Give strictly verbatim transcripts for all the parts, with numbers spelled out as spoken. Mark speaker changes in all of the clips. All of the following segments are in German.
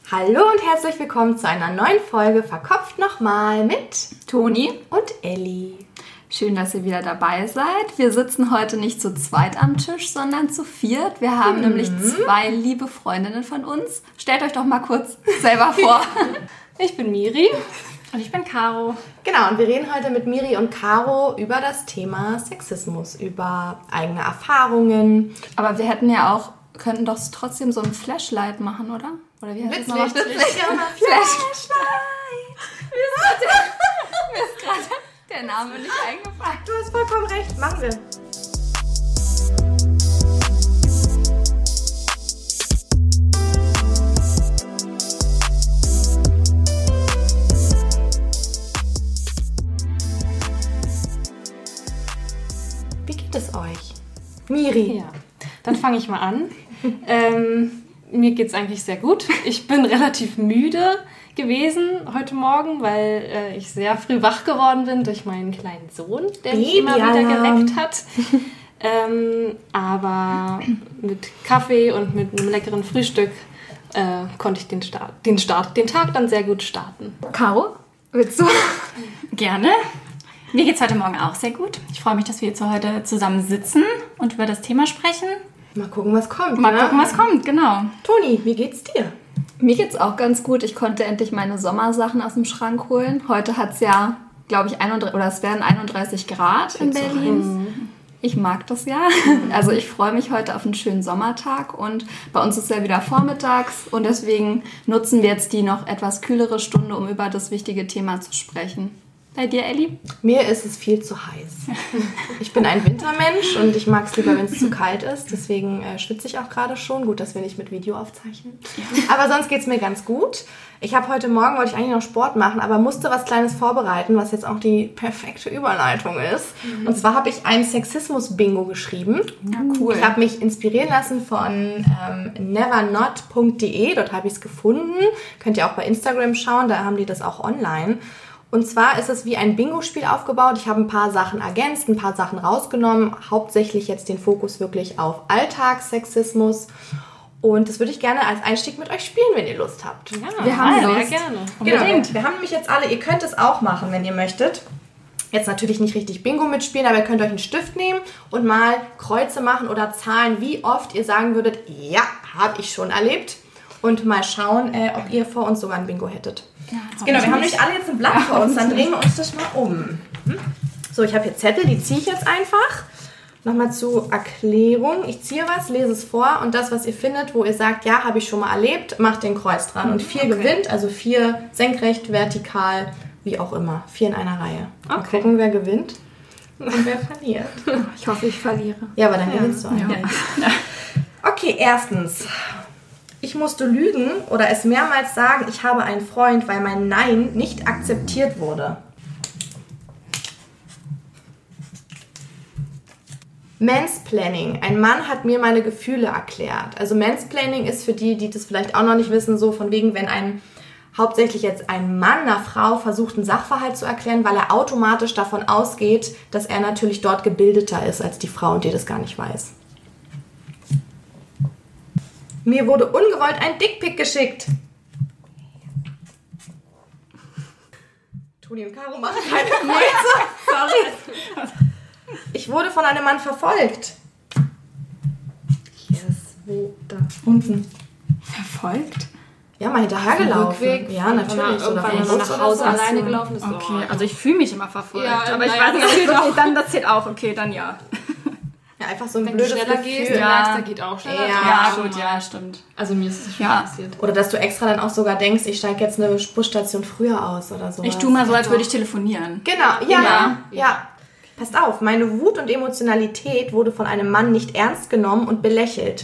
Speaker 1: Hallo und herzlich willkommen zu einer neuen Folge Verkopft nochmal mit
Speaker 2: Toni
Speaker 1: und Elli.
Speaker 2: Schön, dass ihr wieder dabei seid. Wir sitzen heute nicht zu zweit am Tisch, sondern zu viert. Wir haben mhm. nämlich zwei liebe Freundinnen von uns. Stellt euch doch mal kurz selber vor.
Speaker 3: Ich bin Miri. Und ich bin Caro.
Speaker 1: Genau, und wir reden heute mit Miri und Caro über das Thema Sexismus, über eigene Erfahrungen.
Speaker 2: Aber wir hätten ja auch, könnten doch trotzdem so ein Flashlight machen, oder? Oder wie heißt das noch?
Speaker 1: Flashlight.
Speaker 2: Flashlight. Mir ist gerade der Name nicht eingefallen.
Speaker 1: Du hast vollkommen recht, machen wir. Wie geht es euch? Miri.
Speaker 3: Ja, dann fange ich mal an. ähm, mir geht es eigentlich sehr gut. Ich bin relativ müde gewesen heute Morgen, weil äh, ich sehr früh wach geworden bin durch meinen kleinen Sohn, der mich immer wieder geweckt hat. ähm, aber mit Kaffee und mit einem leckeren Frühstück äh, konnte ich den Start, den Start, den Tag dann sehr gut starten.
Speaker 2: Caro, willst du?
Speaker 4: Gerne. Mir geht es heute Morgen auch sehr gut. Ich freue mich, dass wir jetzt heute zusammen sitzen und über das Thema sprechen.
Speaker 1: Mal gucken, was kommt.
Speaker 4: Mal
Speaker 1: ne?
Speaker 4: gucken, was kommt, genau.
Speaker 1: Toni, wie geht's dir?
Speaker 2: Mir geht's auch ganz gut. Ich konnte endlich meine Sommersachen aus dem Schrank holen. Heute hat es ja, glaube ich, einunddreißig, oder es werden einunddreißig Grad in Berlin. Ich mag das ja. Also ich freue mich heute auf einen schönen Sommertag und bei uns ist ja wieder vormittags und deswegen nutzen wir jetzt die noch etwas kühlere Stunde, um über das wichtige Thema zu sprechen. Bei dir, Elli?
Speaker 1: Mir ist es viel zu heiß. Ich bin ein Wintermensch und ich mag es lieber, wenn es zu kalt ist. Deswegen äh, schwitze ich auch gerade schon. Gut, dass wir nicht mit Video aufzeichnen. Ja. Aber sonst geht es mir ganz gut. Ich habe heute Morgen, wollte ich eigentlich noch Sport machen, aber musste was Kleines vorbereiten, was jetzt auch die perfekte Überleitung ist. Mhm. Und zwar habe ich ein Sexismus-Bingo geschrieben.
Speaker 2: Ja, cool.
Speaker 1: Ich habe mich inspirieren lassen von ähm, nevernot punkt de. Dort habe ich es gefunden. Könnt ihr auch bei Instagram schauen, da haben die das auch online. Und zwar ist es wie ein Bingo-Spiel aufgebaut. Ich habe ein paar Sachen ergänzt, ein paar Sachen rausgenommen. Hauptsächlich jetzt den Fokus wirklich auf Alltagssexismus. Und das würde ich gerne als Einstieg mit euch spielen, wenn ihr Lust habt.
Speaker 3: Ja,
Speaker 2: wir haben
Speaker 3: sehr
Speaker 2: Lust.
Speaker 3: gerne.
Speaker 1: Unbedingt. Genau, wir haben nämlich jetzt alle, ihr könnt es auch machen, wenn ihr möchtet. Jetzt natürlich nicht richtig Bingo mitspielen, aber ihr könnt euch einen Stift nehmen und mal Kreuze machen oder Zahlen, wie oft ihr sagen würdet, ja, habe ich schon erlebt. Und mal schauen, äh, ob ihr vor uns sogar ein Bingo hättet.
Speaker 2: Ja,
Speaker 1: genau, wir haben nämlich alle jetzt ein Blatt ja, vor uns, dann drehen wir uns das mal um. So, ich habe hier Zettel, die ziehe ich jetzt einfach. Nochmal zur Erklärung. Ich ziehe was, lese es vor und das, was ihr findet, wo ihr sagt, ja, habe ich schon mal erlebt, macht den Kreuz dran. Und vier okay. gewinnt, also vier senkrecht, vertikal, wie auch immer. Vier in einer Reihe. Mal okay. gucken, wer gewinnt und wer verliert.
Speaker 2: Ich hoffe, ich verliere.
Speaker 1: Ja, aber dann ja. gewinnst du eigentlich. Ja. Okay, erstens. Ich musste lügen oder es mehrmals sagen, ich habe einen Freund, weil mein Nein nicht akzeptiert wurde. Mansplaining. Ein Mann hat mir meine Gefühle erklärt. Also Mansplaining ist für die, die das vielleicht auch noch nicht wissen, so von wegen, wenn ein hauptsächlich jetzt ein Mann einer Frau versucht, einen Sachverhalt zu erklären, weil er automatisch davon ausgeht, dass er natürlich dort gebildeter ist als die Frau und die das gar nicht weiß. Mir wurde ungewollt ein Dickpick geschickt. Toni und Caro machen keine Kreuze. Sorry. Ich wurde von einem Mann verfolgt. Yes, wo? Da. Unten.
Speaker 2: Verfolgt?
Speaker 1: Ja, mal hinterhergelaufen.
Speaker 3: Rückweg.
Speaker 1: Ja, natürlich.
Speaker 3: Oder wenn man nach Hause alleine gelaufen ist.
Speaker 4: Okay, also ich fühle mich immer verfolgt.
Speaker 3: Ja,
Speaker 4: aber ich
Speaker 3: ja,
Speaker 4: weiß nicht, okay, dann das zählt auch. Okay, dann ja.
Speaker 1: Ja, einfach so ein
Speaker 3: wenn
Speaker 1: blödes
Speaker 3: du schneller
Speaker 1: Gefühl.
Speaker 3: gehst,
Speaker 4: ja.
Speaker 3: merkst, da geht auch schneller.
Speaker 1: Ja,
Speaker 4: Ja, gut, ja, stimmt.
Speaker 3: Also mir ist es schon
Speaker 4: Ja.
Speaker 3: passiert.
Speaker 1: Oder dass du extra dann auch sogar denkst, ich steige jetzt eine Busstation früher aus oder so.
Speaker 4: Ich tue mal so, als würde ich telefonieren.
Speaker 1: Genau, ja, ja,
Speaker 4: Ja.
Speaker 1: ja. Passt auf, meine Wut und Emotionalität wurde von einem Mann nicht ernst genommen und belächelt.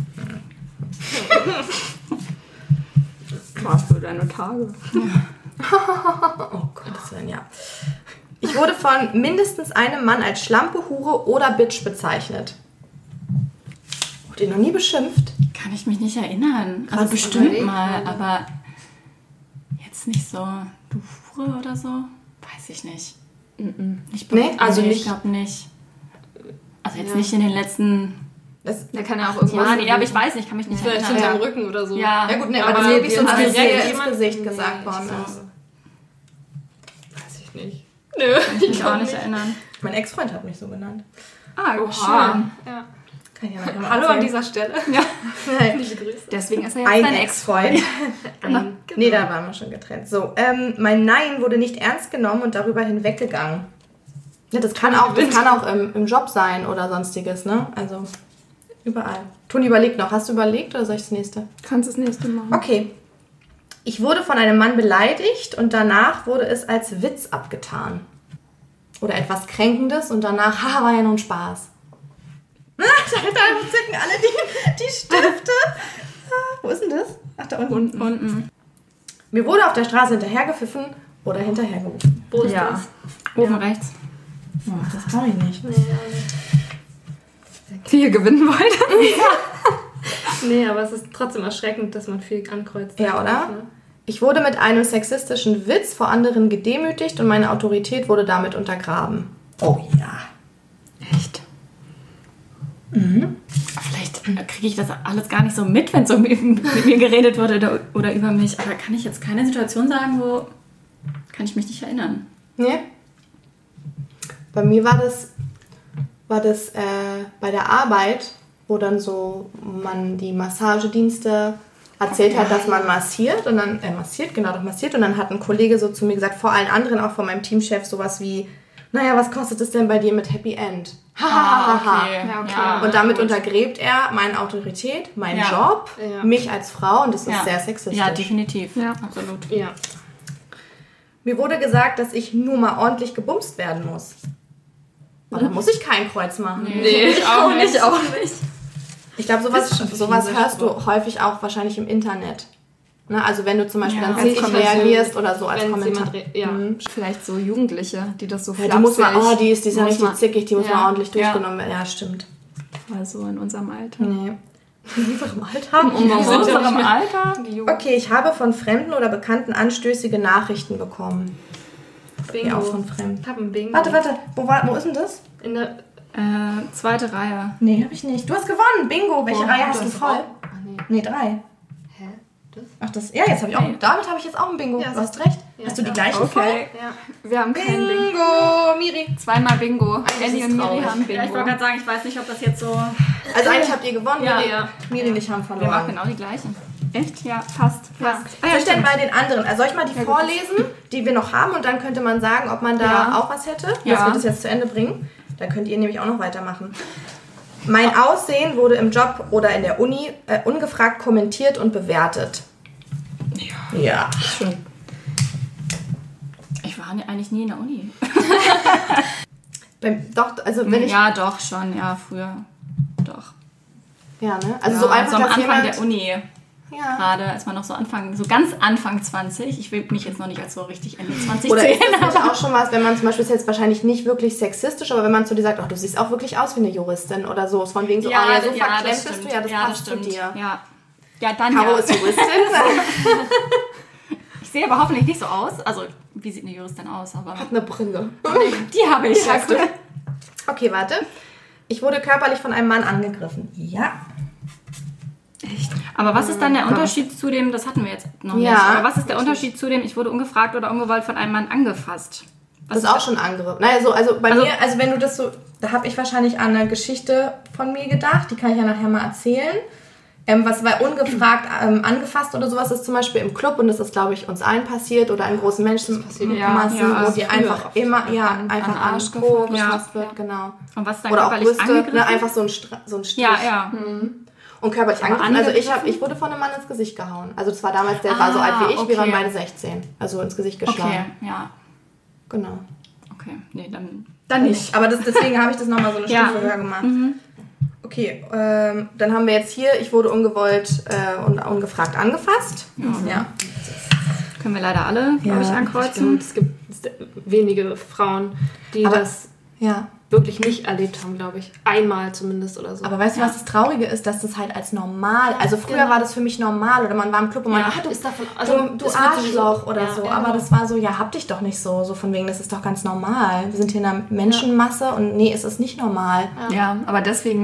Speaker 2: Was für deine Tage.
Speaker 1: Oh Gott, das wäre ja. Ich wurde von mindestens einem Mann als Schlampe, Hure oder Bitch bezeichnet. Wurde ihr noch nie beschimpft?
Speaker 4: Kann ich mich nicht erinnern.
Speaker 1: Krass,
Speaker 4: also bestimmt
Speaker 1: überleg
Speaker 4: mal,
Speaker 1: mal.
Speaker 4: aber jetzt nicht so, du Hure oder so? Weiß ich nicht.
Speaker 2: Mm-mm.
Speaker 4: Ich
Speaker 1: Nee?
Speaker 4: also
Speaker 3: Nee,
Speaker 4: ich
Speaker 3: nicht.
Speaker 4: glaube nicht. Also jetzt
Speaker 3: Ja.
Speaker 4: nicht in den letzten
Speaker 1: Das,
Speaker 2: Der kann ja auch irgendwas...
Speaker 4: Ja, nee, aber ich weiß nicht, ich kann mich nicht
Speaker 3: Vielleicht
Speaker 4: erinnern.
Speaker 3: hinterm
Speaker 1: Ja.
Speaker 3: Rücken oder so.
Speaker 4: Ja.
Speaker 1: ja gut, ne,
Speaker 3: Aber
Speaker 1: aber das ist wirklich so
Speaker 3: wir
Speaker 1: ein
Speaker 3: haben
Speaker 1: direkt
Speaker 3: direkt
Speaker 1: ins
Speaker 3: jemand-
Speaker 1: Gesicht
Speaker 3: Nee,
Speaker 1: gesagt worden
Speaker 3: ich
Speaker 1: ist.
Speaker 3: Weiß ich nicht. Nö,
Speaker 4: Kann ich mich auch nicht erinnern.
Speaker 1: Mein Ex-Freund hat mich so genannt.
Speaker 2: Ah,
Speaker 3: Oha.
Speaker 2: schön.
Speaker 3: Ja.
Speaker 1: Kann ich ja nachher mal
Speaker 3: Hallo an
Speaker 1: erzählen.
Speaker 3: dieser Stelle.
Speaker 1: Nein.
Speaker 3: Liebe Grüße.
Speaker 2: Deswegen ist er jetzt
Speaker 1: Ein
Speaker 2: dein Ex.
Speaker 1: Ex-Freund. Ein, Nee, da waren wir schon getrennt. So, ähm, mein Nein wurde nicht ernst genommen und darüber hinweggegangen. Ja, das kann auch, das kann auch im, im Job sein oder sonstiges, ne? Also überall. Toni überlegt noch. Hast du überlegt oder soll ich das nächste?
Speaker 2: Kannst du das nächste machen.
Speaker 1: Okay. Ich wurde von einem Mann beleidigt und danach wurde es als Witz abgetan. Oder etwas Kränkendes und danach, haha, war ja nur ein Spaß. Da zücken alle die, die Stifte. Ah, wo ist denn das? Ach, da unten.
Speaker 2: Unten.
Speaker 4: Unten.
Speaker 1: Mir wurde auf der Straße hinterhergepfiffen oder hinterhergerufen.
Speaker 3: Wo ist
Speaker 4: Ja.
Speaker 3: das?
Speaker 4: Oben rechts.
Speaker 1: Oh, das brauche ich nicht.
Speaker 2: Wie ihr gewinnen wollt.
Speaker 3: Nee, aber es ist trotzdem erschreckend, dass man viel ankreuzt.
Speaker 1: Ja, oder? Ich wurde mit einem sexistischen Witz vor anderen gedemütigt und meine Autorität wurde damit untergraben. Oh ja.
Speaker 4: Echt? Mhm. Vielleicht kriege ich das alles gar nicht so mit, wenn so mit, mit mir geredet wurde oder, oder über mich. Aber kann ich jetzt keine Situation sagen, wo kann ich mich nicht erinnern?
Speaker 1: Nee? Bei mir war das, war das äh, bei der Arbeit, wo dann so man die Massagedienste erzählt hat, dass man massiert und dann, äh, massiert, genau, doch massiert und dann hat ein Kollege so zu mir gesagt, vor allen anderen, auch von meinem Teamchef, sowas wie, naja, was kostet es denn bei dir mit Happy End? Ha, ha, ha, ha.
Speaker 4: okay.
Speaker 2: Ja, okay.
Speaker 4: Ja,
Speaker 1: Und damit
Speaker 4: gut.
Speaker 1: untergräbt er meine Autorität, meinen
Speaker 4: Ja.
Speaker 1: Job,
Speaker 3: Ja.
Speaker 1: mich als Frau und das ist
Speaker 4: Ja.
Speaker 1: sehr sexistisch.
Speaker 4: Ja, definitiv.
Speaker 2: Ja.
Speaker 4: Absolut.
Speaker 3: Ja.
Speaker 1: Mir wurde gesagt, dass ich nur mal ordentlich gebumst werden muss. Oh, da muss ich kein Kreuz machen.
Speaker 4: Nee, ich auch nicht.
Speaker 2: Ich auch nicht.
Speaker 1: Ich glaube, sowas,
Speaker 3: Das ist schon
Speaker 1: sowas
Speaker 3: fiese
Speaker 1: hörst du
Speaker 3: Spruch.
Speaker 1: häufig auch wahrscheinlich im Internet. Ne? Also wenn du zum Beispiel
Speaker 4: Ja,
Speaker 1: dann
Speaker 4: als
Speaker 1: zickig
Speaker 3: Kommentar.
Speaker 1: reagierst oder so als
Speaker 3: Wenn
Speaker 1: Kommentar.
Speaker 3: jemand re- ja.
Speaker 1: Mhm.
Speaker 2: Vielleicht so Jugendliche, die das so
Speaker 1: Ja, die muss man,
Speaker 2: flapsig-
Speaker 1: oh, die ist, die ist ja
Speaker 2: muss
Speaker 1: richtig
Speaker 2: man-
Speaker 1: zickig, die muss
Speaker 2: Ja.
Speaker 1: mal ordentlich
Speaker 4: Ja.
Speaker 1: durchgenommen werden. Ja, stimmt.
Speaker 2: Also in unserem Alter.
Speaker 1: Nee. In unserem Alter.
Speaker 2: Um
Speaker 4: Wir sind doch im Alter.
Speaker 1: Okay, ich habe von Fremden oder Bekannten anstößige Nachrichten bekommen.
Speaker 3: Bingo.
Speaker 1: Ja, auch von Fremden.
Speaker 3: Ich habe ein Bingo.
Speaker 1: Warte, warte, wo, war, wo ist denn das?
Speaker 3: In der...
Speaker 4: Äh, zweite Reihe.
Speaker 1: Nee, habe ich nicht. Du hast gewonnen, Bingo. Welche
Speaker 3: Oh,
Speaker 1: Reihe hast
Speaker 3: du
Speaker 1: du
Speaker 3: hast
Speaker 1: voll?
Speaker 3: auch- Ah, nee.
Speaker 1: Nee, drei.
Speaker 3: Hä? Das?
Speaker 1: Ach, das, ja, jetzt habe ich auch,
Speaker 4: Okay.
Speaker 1: damit habe ich jetzt auch ein Bingo.
Speaker 3: Ja,
Speaker 1: du hast recht.
Speaker 3: ja,
Speaker 1: hast du die
Speaker 3: ja.
Speaker 1: gleichen voll?
Speaker 2: Okay.
Speaker 3: Ja.
Speaker 2: Wir haben kein Bingo.
Speaker 1: Bingo, Miri.
Speaker 2: Zweimal Bingo.
Speaker 1: das
Speaker 2: Ellie
Speaker 1: ist
Speaker 2: und Miri
Speaker 1: traurig.
Speaker 2: haben Bingo.
Speaker 4: Ja, ich wollte gerade sagen, ich weiß nicht, ob das jetzt so...
Speaker 1: Also eigentlich habt ihr gewonnen,
Speaker 4: Ja.
Speaker 1: Miri,
Speaker 3: Ja.
Speaker 1: Miri und ich haben
Speaker 4: Wir machen
Speaker 1: verloren.
Speaker 4: genau die gleichen.
Speaker 2: Echt? Ja, fast. fast.
Speaker 1: Was ist denn bei den anderen? Also soll ich mal die vorlesen, die wir noch haben und dann könnte man sagen, ob man da
Speaker 2: Ja.
Speaker 1: auch was hätte?
Speaker 2: Ja.
Speaker 1: Das wird es jetzt zu Ende bringen. Da könnt ihr nämlich auch noch weitermachen. Mein Aussehen wurde im Job oder in der Uni äh, ungefragt kommentiert und bewertet. Ja. Ja.
Speaker 2: Schön.
Speaker 4: Ich war eigentlich nie in der Uni.
Speaker 1: Beim, doch, also wenn ich...
Speaker 4: Ja, doch, schon. Ja, früher. Doch.
Speaker 1: Ja, ne? Also
Speaker 4: Ja,
Speaker 1: so einfach,
Speaker 4: so am
Speaker 1: dass
Speaker 4: Anfang
Speaker 1: jemand...
Speaker 4: der Uni.
Speaker 1: Ja.
Speaker 4: Gerade als man noch so Anfang, so ganz Anfang zwanzig. Ich will mich jetzt noch nicht als so richtig Ende zwanzig
Speaker 1: Oder ist
Speaker 4: zählen.
Speaker 1: das nicht auch schon was, wenn man zum Beispiel ist jetzt wahrscheinlich nicht wirklich sexistisch, aber wenn man zu dir sagt, ach, du siehst auch wirklich aus wie eine Juristin oder so, von wegen so, oh ja, so verklemmt bist du, ja, das passt zu dir.
Speaker 4: Ja, ja dann
Speaker 1: Caro
Speaker 4: ja.
Speaker 1: ist Juristin.
Speaker 4: Ich sehe aber hoffentlich nicht so aus. Also, wie sieht eine Juristin aus? Aber
Speaker 1: Eine Brille.
Speaker 4: die habe ich.
Speaker 1: Okay, warte. Ich wurde körperlich von einem Mann angegriffen. Ja.
Speaker 2: Echt?
Speaker 4: Aber was ist dann der Unterschied zu dem, das hatten wir jetzt noch
Speaker 1: Ja.
Speaker 4: nicht, aber was ist der Unterschied zu dem, ich wurde ungefragt oder ungewollt von einem Mann angefasst? Was
Speaker 1: Das ist auch schon Angriff. Naja, so, also bei
Speaker 4: Also-
Speaker 1: mir, also wenn du das so, da habe ich wahrscheinlich an eine Geschichte von mir gedacht, die kann ich ja nachher mal erzählen. Ähm, was war ungefragt ähm, angefasst oder sowas ist zum Beispiel im Club und das ist, glaube ich, uns allen passiert oder in großen Menschenmassen,
Speaker 2: Ja, ja,
Speaker 1: wo die
Speaker 2: früher
Speaker 1: einfach
Speaker 2: oft
Speaker 1: immer, ja,
Speaker 2: an-
Speaker 1: einfach
Speaker 2: an
Speaker 1: an
Speaker 2: Arsch
Speaker 1: Po
Speaker 2: gefasst.
Speaker 1: gefasst wird, genau.
Speaker 4: Und was ist dann
Speaker 1: Oder auch
Speaker 4: körperlich
Speaker 1: Brüste,
Speaker 4: angegriffen?
Speaker 1: ne, einfach so ein, Stra so ein Strich.
Speaker 4: Ja, ja.
Speaker 1: Und körperlich
Speaker 4: Aber
Speaker 1: angegriffen. Also ich, hab,
Speaker 4: angegriffen?
Speaker 1: ich wurde von einem Mann ins Gesicht gehauen. Also das war damals, der
Speaker 4: Ah,
Speaker 1: war so alt wie ich, wir waren
Speaker 4: okay.
Speaker 1: beide sechzehn. Also ins Gesicht geschlagen.
Speaker 4: Okay, ja.
Speaker 1: Genau.
Speaker 4: Okay, nee, dann...
Speaker 1: Dann nicht. Aber das, deswegen habe ich das nochmal so eine
Speaker 4: Ja.
Speaker 1: Stufe höher gemacht. Okay, ähm, dann haben wir jetzt hier, ich wurde ungewollt äh, und ungefragt angefasst. Ja.
Speaker 4: Können wir leider alle, glaube
Speaker 1: Ja,
Speaker 4: ich,
Speaker 3: Ich
Speaker 4: ankreuzen.
Speaker 3: glaube, es gibt wenige Frauen, die
Speaker 1: Aber-
Speaker 3: das
Speaker 1: Ja.
Speaker 3: wirklich nicht erlebt haben, glaube ich. Einmal zumindest oder so.
Speaker 1: Aber weißt du, was das Traurige ist, dass das halt als normal, also früher
Speaker 3: Genau.
Speaker 1: war das für mich normal oder man war im Club und man,
Speaker 4: Ja.
Speaker 1: ah, du,
Speaker 3: ist davon,
Speaker 1: du, du
Speaker 3: es wird sowieso-
Speaker 1: Arschloch oder
Speaker 3: ja,
Speaker 1: so.
Speaker 3: ja,
Speaker 1: Aber
Speaker 3: genau.
Speaker 1: das war so, ja, hab dich doch nicht so, so von wegen, das ist doch ganz normal. Wir sind hier in einer Menschenmasse und nee, es ist nicht normal.
Speaker 2: Ja, aber deswegen,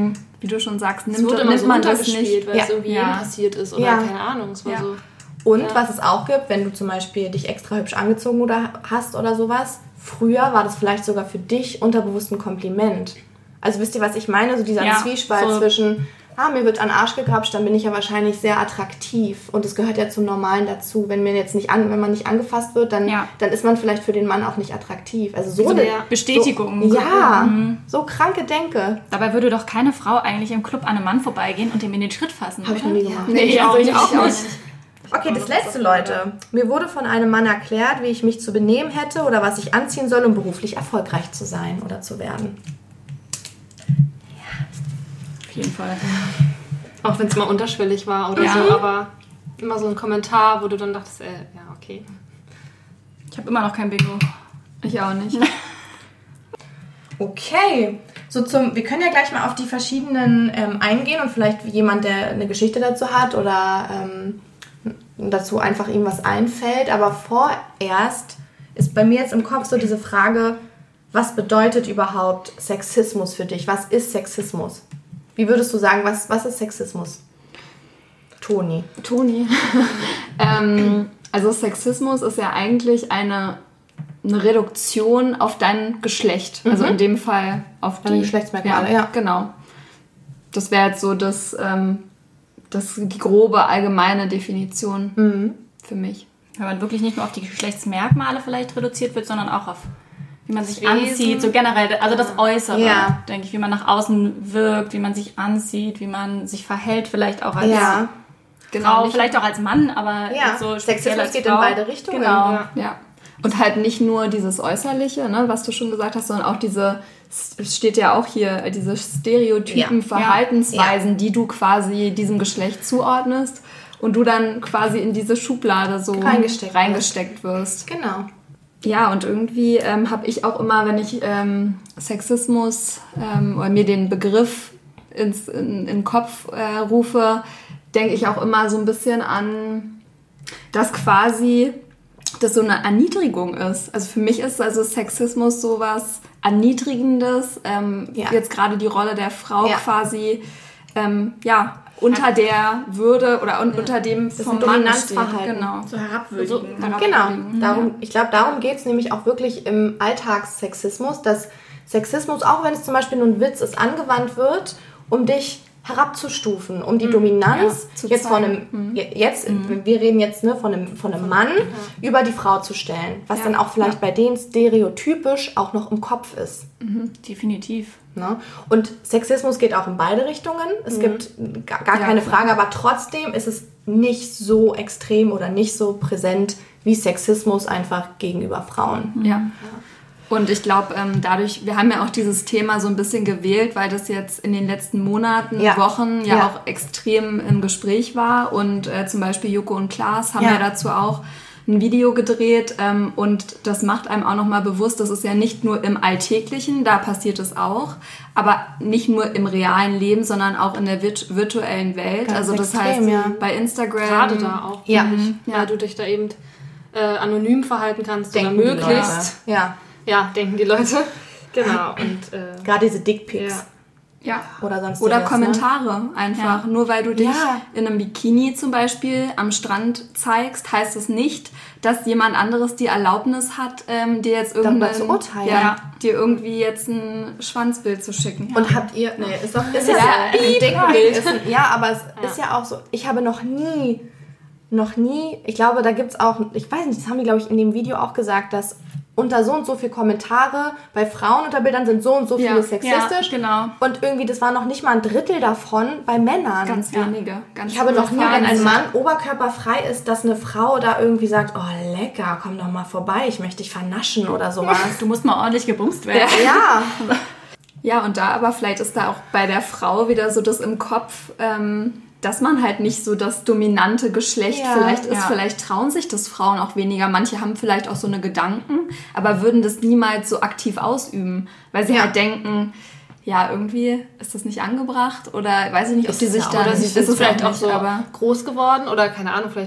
Speaker 2: wie du schon sagst,
Speaker 3: Es
Speaker 2: nimmt,
Speaker 3: wurde immer
Speaker 2: nimmt
Speaker 3: so
Speaker 2: man das
Speaker 3: runtergespielt,
Speaker 2: nicht.
Speaker 3: weil
Speaker 1: Ja.
Speaker 3: es irgendwie
Speaker 2: Ja.
Speaker 3: jedem passiert ist oder
Speaker 1: Ja.
Speaker 3: keine Ahnung. Es war
Speaker 2: Ja.
Speaker 3: so.
Speaker 1: Und
Speaker 3: Ja.
Speaker 1: was es auch gibt, wenn du zum Beispiel dich extra hübsch angezogen oder hast oder sowas, früher war das vielleicht sogar für dich unterbewusst ein Kompliment. Also wisst ihr, was ich meine? So dieser
Speaker 4: Ja,
Speaker 1: Zwiespalt
Speaker 4: so-
Speaker 1: zwischen, ah, mir wird an den Arsch gegrapscht, dann bin ich ja wahrscheinlich sehr attraktiv. Und das gehört ja zum Normalen dazu. Wenn mir jetzt nicht an, wenn man nicht angefasst wird, dann,
Speaker 4: Ja.
Speaker 1: dann ist man vielleicht für den Mann auch nicht attraktiv. Also so
Speaker 3: So
Speaker 1: eine
Speaker 3: mehr
Speaker 4: Bestätigung.
Speaker 1: So, ja, so kranke Denke.
Speaker 4: Dabei würde doch keine Frau eigentlich im Club an einem Mann vorbeigehen und ihm in den Schritt fassen,
Speaker 1: Habe ich noch
Speaker 4: oder?
Speaker 1: nie gemacht.
Speaker 2: Nee, ich auch, ich auch nicht.
Speaker 1: Okay, das letzte, Leute. Mir wurde von einem Mann erklärt, wie ich mich zu benehmen hätte oder was ich anziehen soll, um beruflich erfolgreich zu sein oder zu werden.
Speaker 4: Auf jeden Fall.
Speaker 3: Auch wenn es mal unterschwellig war oder
Speaker 4: Ja.
Speaker 3: so, aber immer so ein Kommentar, wo du dann dachtest, äh, ja, okay.
Speaker 4: Ich habe immer noch kein Bingo.
Speaker 2: Ich auch nicht.
Speaker 1: Okay, so zum, wir können ja gleich mal auf die verschiedenen ähm, eingehen und vielleicht jemand, der eine Geschichte dazu hat oder ähm, dazu einfach ihm was einfällt. Aber vorerst ist bei mir jetzt im Kopf so diese Frage, was bedeutet überhaupt Sexismus für dich? Was ist Sexismus? Wie würdest du sagen, was, was ist Sexismus? Toni.
Speaker 2: Toni. ähm, also Sexismus ist ja eigentlich eine, eine Reduktion auf dein Geschlecht. Also in dem Fall auf
Speaker 1: Deine
Speaker 2: die
Speaker 1: Geschlechtsmerkmale, ja.
Speaker 2: Genau. Das wäre jetzt so das, ähm, das, die grobe allgemeine Definition für mich.
Speaker 4: Wenn man wirklich nicht nur auf die Geschlechtsmerkmale vielleicht reduziert wird, sondern auch auf wie man sich
Speaker 3: Wesen.
Speaker 4: anzieht, so generell, also das Äußere,
Speaker 1: Ja.
Speaker 4: denke ich, wie man nach außen wirkt, wie man sich anzieht, wie man sich verhält, vielleicht auch als
Speaker 1: Ja,
Speaker 4: Frau,
Speaker 2: nicht-
Speaker 4: vielleicht auch als Mann, aber
Speaker 1: Ja,
Speaker 4: jetzt so speziell
Speaker 1: Sexismus
Speaker 4: als
Speaker 1: geht in
Speaker 4: Frau.
Speaker 1: beide Richtungen.
Speaker 4: Genau.
Speaker 3: Ja.
Speaker 2: Ja. Und halt nicht nur dieses Äußerliche, ne, was du schon gesagt hast, sondern auch diese, es steht ja auch hier, diese Stereotypen,
Speaker 1: Ja.
Speaker 2: Verhaltensweisen, die du quasi diesem Geschlecht zuordnest und du dann quasi in diese Schublade so
Speaker 1: Reingesteckt
Speaker 2: reingesteckt wirst.
Speaker 1: genau.
Speaker 2: Ja, und irgendwie ähm, habe ich auch immer, wenn ich ähm, Sexismus ähm, oder mir den Begriff ins, in, in den Kopf äh, rufe, denke ich auch immer so ein bisschen an, dass quasi das so eine Erniedrigung ist. Also für mich ist also Sexismus sowas Erniedrigendes, ähm,
Speaker 1: Ja.
Speaker 2: jetzt gerade die Rolle der Frau
Speaker 1: Ja.
Speaker 2: quasi, ähm, ja, unter der Würde oder un, unter dem
Speaker 1: ist
Speaker 2: vom
Speaker 1: ein
Speaker 2: Mann steht.
Speaker 1: Dominanzverhalten.
Speaker 2: Genau.
Speaker 4: So herabwürdigen.
Speaker 1: Genau, darum, ich glaube, darum geht es nämlich auch wirklich im Alltagssexismus, dass Sexismus, auch wenn es zum Beispiel nur ein Witz ist, angewandt wird, um dich herabzustufen, um die Dominanz
Speaker 2: Ja, zu
Speaker 1: jetzt von
Speaker 2: zeigen.
Speaker 1: einem, jetzt, wir reden jetzt ne, von einem, von einem Mann über die Frau zu stellen, was
Speaker 2: Ja.
Speaker 1: dann auch vielleicht bei denen stereotypisch auch noch im Kopf ist.
Speaker 4: Definitiv.
Speaker 1: Ne? Und Sexismus geht auch in beide Richtungen. Es gibt gar, gar
Speaker 2: Ja,
Speaker 1: keine
Speaker 2: klar.
Speaker 1: Frage, aber trotzdem ist es nicht so extrem oder nicht so präsent wie Sexismus einfach gegenüber Frauen.
Speaker 2: Ja. Und ich glaube, ähm, dadurch, wir haben ja auch dieses Thema so ein bisschen gewählt, weil das jetzt in den letzten Monaten,
Speaker 1: Ja.
Speaker 2: Wochen ja,
Speaker 1: Ja.
Speaker 2: auch extrem im Gespräch war. Und äh, zum Beispiel Joko und Klaas haben ja,
Speaker 1: Ja.
Speaker 2: dazu auch ein Video gedreht. Ähm, und das macht einem auch nochmal bewusst, das ist ja nicht nur im Alltäglichen, da passiert es auch, aber nicht nur im realen Leben, sondern auch in der virt- virtuellen Welt.
Speaker 1: Ganz
Speaker 2: also das
Speaker 1: extrem,
Speaker 2: heißt,
Speaker 1: ja.
Speaker 2: bei Instagram.
Speaker 3: Gerade da auch,
Speaker 1: Ja.
Speaker 3: finde ich,
Speaker 2: Ja.
Speaker 3: weil du dich da eben äh, anonym verhalten kannst
Speaker 1: Denken
Speaker 3: oder
Speaker 1: die
Speaker 3: möglichst.
Speaker 1: Leute. Ja,
Speaker 3: Ja, denken die Leute. Genau. Und äh,
Speaker 1: gerade diese Dickpics
Speaker 3: ja.
Speaker 2: Ja.
Speaker 1: oder sonst
Speaker 2: Oder
Speaker 1: ne?
Speaker 2: Kommentare einfach.
Speaker 4: Ja.
Speaker 2: Nur weil du dich
Speaker 1: Ja.
Speaker 2: in einem Bikini zum Beispiel am Strand zeigst, heißt es nicht, dass jemand anderes die Erlaubnis hat, ähm, dir jetzt irgendein,
Speaker 1: zu urteilen.
Speaker 2: ja, dir irgendwie jetzt ein Schwanzbild zu schicken.
Speaker 1: Und habt ihr, nee, ist doch, ist ja,
Speaker 2: Ja,
Speaker 1: so, ein Dickpic ist ein, ja, aber es ist ja auch so, ich habe noch nie, noch nie, ich glaube, da gibt es auch, ich weiß nicht, das haben die, glaube ich, in dem Video auch gesagt, dass unter so und so viele Kommentare bei Frauen unter Bildern sind so und so
Speaker 2: Ja,
Speaker 1: viele sexistisch.
Speaker 4: ja, genau.
Speaker 1: Und irgendwie, das war noch nicht mal ein Drittel davon bei Männern.
Speaker 2: Ganz wenige. Ganz
Speaker 1: ich habe noch nie, wenn ein
Speaker 2: vereinzelt.
Speaker 1: Mann oberkörperfrei ist, dass eine Frau da irgendwie sagt, oh lecker, komm doch mal vorbei, ich möchte dich vernaschen oder sowas.
Speaker 4: Du musst mal ordentlich gebumst werden.
Speaker 1: Ja,
Speaker 2: Ja, und da aber vielleicht ist da auch bei der Frau wieder so das im Kopf, ähm, dass man halt nicht so das dominante Geschlecht
Speaker 1: Ja,
Speaker 2: vielleicht ist.
Speaker 4: ja.
Speaker 2: Vielleicht trauen sich das Frauen auch weniger. Manche haben vielleicht auch so eine Gedanken, aber würden das niemals so aktiv ausüben, weil sie
Speaker 1: Ja.
Speaker 2: halt denken, ja, irgendwie ist das nicht angebracht oder weiß ich nicht, ob
Speaker 1: Ist
Speaker 2: die
Speaker 1: es
Speaker 2: sich
Speaker 1: ja auch.
Speaker 2: dann...
Speaker 3: Oder sie
Speaker 2: ist
Speaker 3: sind
Speaker 2: es
Speaker 3: vielleicht auch
Speaker 2: nicht,
Speaker 3: so
Speaker 2: aber
Speaker 3: groß geworden oder keine Ahnung, vielleicht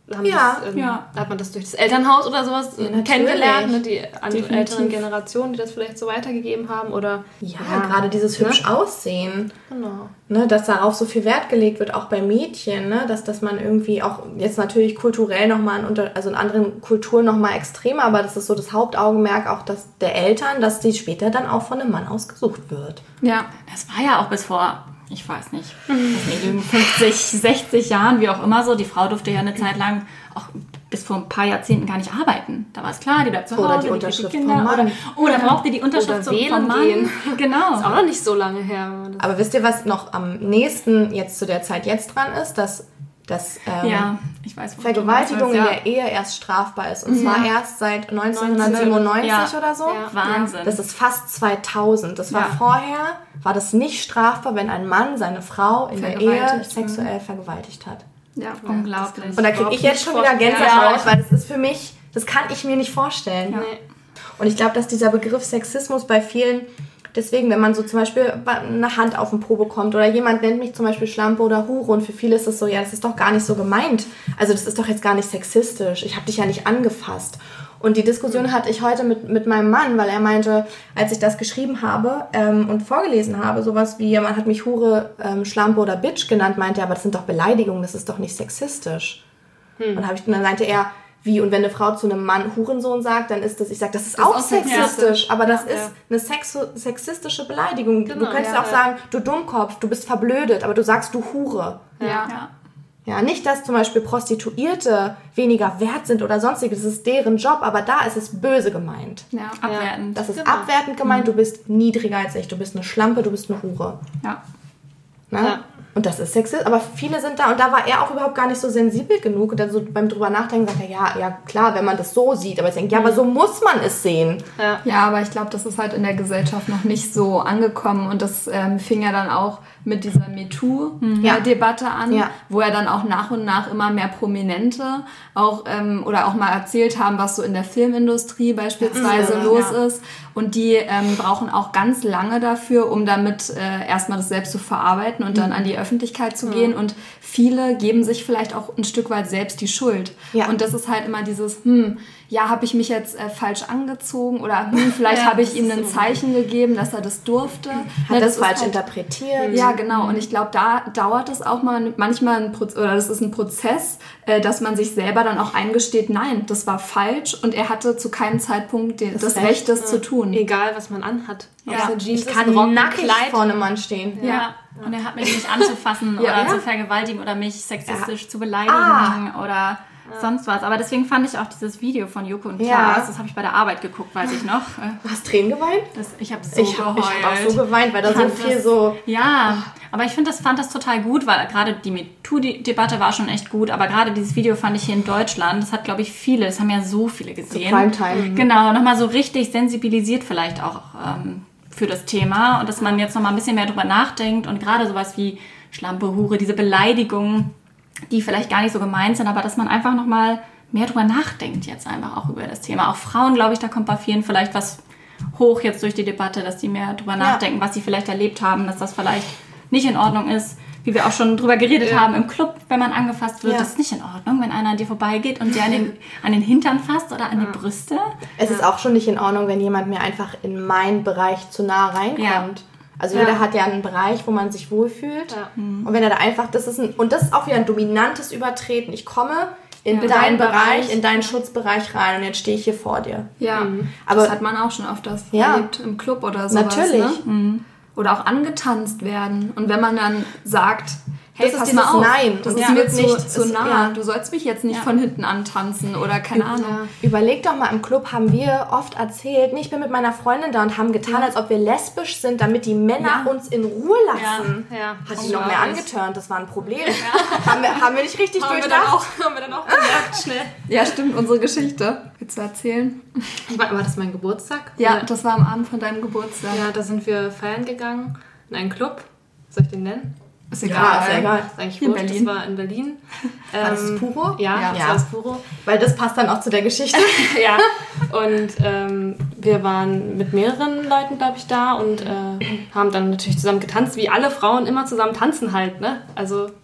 Speaker 3: haben
Speaker 1: Ja,
Speaker 3: das, ähm,
Speaker 4: ja.
Speaker 3: hat man das durch das Elternhaus oder sowas
Speaker 1: Ja, natürlich.
Speaker 3: kennengelernt, ne? Die andere
Speaker 4: Definitiv.
Speaker 3: älteren Generationen, die das vielleicht so weitergegeben haben oder
Speaker 1: Ja, gerade dieses hübsch aussehen.
Speaker 3: Genau.
Speaker 1: Ne, dass darauf so viel Wert gelegt wird, auch bei Mädchen, ne, dass, dass man irgendwie auch jetzt natürlich kulturell nochmal, in, unter, also in anderen Kulturen nochmal extremer, aber das ist so das Hauptaugenmerk auch dass der Eltern, dass die später dann auch von einem Mann ausgesucht wird.
Speaker 2: Ja.
Speaker 4: Das war ja auch bis vor, ich weiß nicht, fünfzig, sechzig Jahren, wie auch immer so. Die Frau durfte ja eine Zeit lang auch bis vor ein paar Jahrzehnten gar nicht arbeiten. Da war es klar, die bleibt zu Hause,
Speaker 1: Oder die
Speaker 4: kriegt
Speaker 1: Unterschrift
Speaker 4: Kinder,
Speaker 1: vom Mann.
Speaker 4: Oder, oder brauchte die Unterschrift
Speaker 3: Oder
Speaker 4: zum-
Speaker 3: wählen
Speaker 4: vom Mann.
Speaker 3: gehen.
Speaker 4: Genau.
Speaker 3: Ist auch noch nicht so lange her. wenn man das-
Speaker 1: Aber wisst ihr, was noch am nächsten jetzt zu der Zeit jetzt dran ist? Dass, dass ähm,
Speaker 4: Ja, ich weiß, wo
Speaker 1: Vergewaltigung
Speaker 4: du
Speaker 1: in
Speaker 4: meinst,
Speaker 1: der Ehe erst strafbar ist. Und zwar erst seit neunzehnhundertsiebenundneunzig
Speaker 4: Ja.
Speaker 1: oder so.
Speaker 3: Ja.
Speaker 4: Wahnsinn.
Speaker 1: Das ist fast zweitausend. Das war
Speaker 4: Ja.
Speaker 1: vorher, war das nicht strafbar, wenn ein Mann seine Frau in der Ehe
Speaker 2: Vergewaltigt.
Speaker 1: sexuell vergewaltigt hat.
Speaker 2: Ja.
Speaker 4: Unglaublich.
Speaker 1: Und da kriege ich jetzt schon wieder Gänsehaut, weil das ist für mich, das kann ich mir nicht vorstellen.
Speaker 3: Nee.
Speaker 1: Und ich glaube, dass dieser Begriff Sexismus bei vielen, deswegen, wenn man so zum Beispiel eine Hand auf den Po bekommt oder jemand nennt mich zum Beispiel Schlampe oder Hure und für viele ist es so, ja, das ist doch gar nicht so gemeint. Also das ist doch jetzt gar nicht sexistisch. Ich habe dich ja nicht angefasst. Und die Diskussion hatte ich heute mit, mit meinem Mann, weil er meinte, als ich das geschrieben habe ähm, und vorgelesen habe, sowas wie, man hat mich Hure, ähm, Schlampe oder Bitch genannt, meinte er, aber das sind doch Beleidigungen, das ist doch nicht sexistisch. Hm. Und, hab ich, und dann meinte er, wie, und wenn eine Frau zu einem Mann Hurensohn sagt, dann ist das, ich sage, das ist
Speaker 2: Das
Speaker 1: auch
Speaker 2: ist auch
Speaker 1: sexistisch,
Speaker 2: sexistisch.
Speaker 1: aber das
Speaker 3: Ja,
Speaker 1: ist eine sexu- sexistische Beleidigung.
Speaker 3: Genau,
Speaker 1: du könntest
Speaker 3: ja,
Speaker 1: auch
Speaker 3: ja.
Speaker 1: sagen, du Dummkopf, du bist verblödet, aber du sagst du Hure.
Speaker 2: Ja.
Speaker 4: Ja.
Speaker 1: Ja, nicht, dass zum Beispiel Prostituierte weniger wert sind oder sonstiges, das ist deren Job, aber da ist es böse gemeint.
Speaker 2: Ja.
Speaker 4: Abwertend.
Speaker 1: Das ist
Speaker 3: Genau.
Speaker 1: abwertend gemeint, du bist niedriger als ich, du bist eine Schlampe, du bist eine Hure.
Speaker 4: Ja.
Speaker 1: Ne?
Speaker 3: Ja.
Speaker 1: Und das ist sexistisch, aber viele sind da, und da war er auch überhaupt gar nicht so sensibel genug. Und dann so beim drüber nachdenken sagt er, ja, ja klar, wenn man das so sieht, aber ich denke, ja, aber so muss man es sehen.
Speaker 3: Ja.
Speaker 2: Ja, aber ich glaube, das ist halt in der Gesellschaft noch nicht so angekommen und das ähm, fing ja dann auch mit dieser MeToo-Debatte an,
Speaker 1: Ja.
Speaker 2: wo ja dann auch nach und nach immer mehr Prominente auch ähm, oder auch mal erzählt haben, was so in der Filmindustrie beispielsweise
Speaker 1: Ja.
Speaker 2: los
Speaker 4: Ja.
Speaker 2: ist. Und die ähm, brauchen auch ganz lange dafür, um damit äh, erstmal das selbst zu verarbeiten und dann an die Öffentlichkeit zu gehen. Und viele geben sich vielleicht auch ein Stück weit selbst die Schuld.
Speaker 1: Ja.
Speaker 2: Und das ist halt immer dieses, hm, ja, habe ich mich jetzt äh, falsch angezogen oder hm, vielleicht
Speaker 3: Ja,
Speaker 2: habe ich
Speaker 3: das
Speaker 2: ihm
Speaker 3: ist
Speaker 2: ein
Speaker 3: so.
Speaker 2: Zeichen gegeben, dass er das durfte.
Speaker 1: Hat
Speaker 2: Ne,
Speaker 1: das
Speaker 2: ist
Speaker 1: falsch
Speaker 2: halt-
Speaker 1: interpretiert.
Speaker 2: Ja, genau. Und ich glaube, da dauert es auch mal manchmal ein Proz- oder das ist ein Prozess, äh, dass man sich selber dann auch eingesteht, nein, das war falsch und er hatte zu keinem Zeitpunkt den, das,
Speaker 1: Recht,
Speaker 2: Recht, das zu tun.
Speaker 3: Egal, was man anhat. Ob es eine Jeans
Speaker 1: Ich
Speaker 3: ist,
Speaker 1: kann
Speaker 3: ein Rock, ein
Speaker 1: nackig
Speaker 3: Kleid.
Speaker 1: vor einem Mann stehen.
Speaker 4: Ja. Und er hat mich nicht anzufassen
Speaker 2: Ja.
Speaker 4: oder
Speaker 2: Ja.
Speaker 4: zu vergewaltigen oder mich sexistisch zu beleidigen oder sonst was. Aber deswegen fand ich auch dieses Video von Joko und
Speaker 1: Ja.
Speaker 4: Klaas, das habe ich bei der Arbeit geguckt, weiß ich noch. Äh,
Speaker 1: Du hast Tränen geweint?
Speaker 4: Das, ich habe so
Speaker 1: Ich habe
Speaker 4: geheult.
Speaker 1: hab auch so geweint, weil da so
Speaker 4: fand
Speaker 1: viel
Speaker 4: das-
Speaker 1: so...
Speaker 4: Ja, aber ich finde, das fand das total gut, weil gerade die MeToo-Debatte war schon echt gut, aber gerade dieses Video fand ich hier in Deutschland, das hat, glaube ich, viele, das haben ja so viele gesehen.
Speaker 1: Primetime.
Speaker 4: Genau, nochmal so richtig sensibilisiert vielleicht auch ähm, für das Thema und dass man jetzt nochmal ein bisschen mehr drüber nachdenkt und gerade sowas wie Schlampe, Hure, diese Beleidigungen, die vielleicht gar nicht so gemeint sind, aber dass man einfach nochmal mehr drüber nachdenkt jetzt einfach auch über das Thema. Auch Frauen, glaube ich, da kommt bei vielen vielleicht was hoch jetzt durch die Debatte, dass die mehr drüber nachdenken, was sie vielleicht erlebt haben, dass das vielleicht nicht in Ordnung ist. Wie wir auch schon drüber geredet
Speaker 3: Ja.
Speaker 4: haben, im Club, wenn man angefasst wird,
Speaker 1: Ja.
Speaker 4: das ist nicht in Ordnung, wenn einer an dir vorbeigeht und dir an den, an den Hintern fasst oder an die Brüste.
Speaker 1: Es ist auch schon nicht in Ordnung, wenn jemand mir einfach in meinen Bereich zu nah reinkommt.
Speaker 4: Ja.
Speaker 1: Also
Speaker 3: Ja.
Speaker 1: jeder hat ja einen Bereich, wo man sich wohlfühlt.
Speaker 3: Ja.
Speaker 1: Und wenn er da einfach, das ist ein, und das ist auch wieder ein dominantes Übertreten. Ich komme in
Speaker 2: Ja.
Speaker 1: deinen
Speaker 2: In deinen
Speaker 1: Bereich,
Speaker 2: Bereich.
Speaker 1: in deinen Schutzbereich rein und jetzt stehe ich hier vor dir.
Speaker 2: Ja,
Speaker 1: Aber-
Speaker 2: das hat man auch schon öfters
Speaker 1: Ja.
Speaker 2: erlebt im Club oder sowas.
Speaker 1: Natürlich.
Speaker 2: Ne? Oder auch angetanzt werden. Und wenn man dann sagt, hey,
Speaker 1: Das ist
Speaker 2: pass
Speaker 1: dieses
Speaker 2: mal auf,
Speaker 1: Nein.
Speaker 2: das
Speaker 1: Und
Speaker 2: ist
Speaker 1: ja,
Speaker 2: mir
Speaker 1: wird
Speaker 2: zu,
Speaker 1: nicht-
Speaker 2: zu
Speaker 1: es-
Speaker 2: nah.
Speaker 1: ja.
Speaker 2: Du sollst mich jetzt nicht
Speaker 4: Ja.
Speaker 2: von hinten antanzen oder keine Ahnung.
Speaker 1: Überleg doch mal, im Club haben wir oft erzählt, nee, ich bin mit meiner Freundin da und haben getan, als ob wir lesbisch sind, damit die Männer
Speaker 2: Ja.
Speaker 1: uns in Ruhe lassen.
Speaker 3: Ja.
Speaker 1: Hat sich noch mehr angeturnt, das war ein Problem. Haben, wir, haben wir nicht richtig
Speaker 3: Haben wir, dann
Speaker 1: durchdacht?
Speaker 3: auch, haben wir dann auch gemerkt, schnell.
Speaker 2: Ja, stimmt, unsere Geschichte. Willst du erzählen?
Speaker 3: Ich war, war das mein Geburtstag?
Speaker 2: Ja,
Speaker 3: Oder-
Speaker 2: das war am Abend von deinem Geburtstag.
Speaker 3: ja, da sind wir feiern gegangen in einen Club. Soll ich den nennen?
Speaker 2: Ist
Speaker 1: Ja, ist ja egal.
Speaker 3: Das ist eigentlich
Speaker 2: Hier in
Speaker 3: wurscht,
Speaker 2: Berlin.
Speaker 3: das war in Berlin.
Speaker 1: War das
Speaker 3: Ähm,
Speaker 1: Puro?
Speaker 3: Ja,
Speaker 2: Ja.
Speaker 3: das
Speaker 1: Ja.
Speaker 3: war das Puro.
Speaker 1: Weil das passt dann auch zu der Geschichte.
Speaker 3: Ja, und ähm, wir waren mit mehreren Leuten, glaube ich, da und äh, haben dann natürlich zusammen getanzt, wie alle Frauen immer zusammen tanzen halt, ne? Also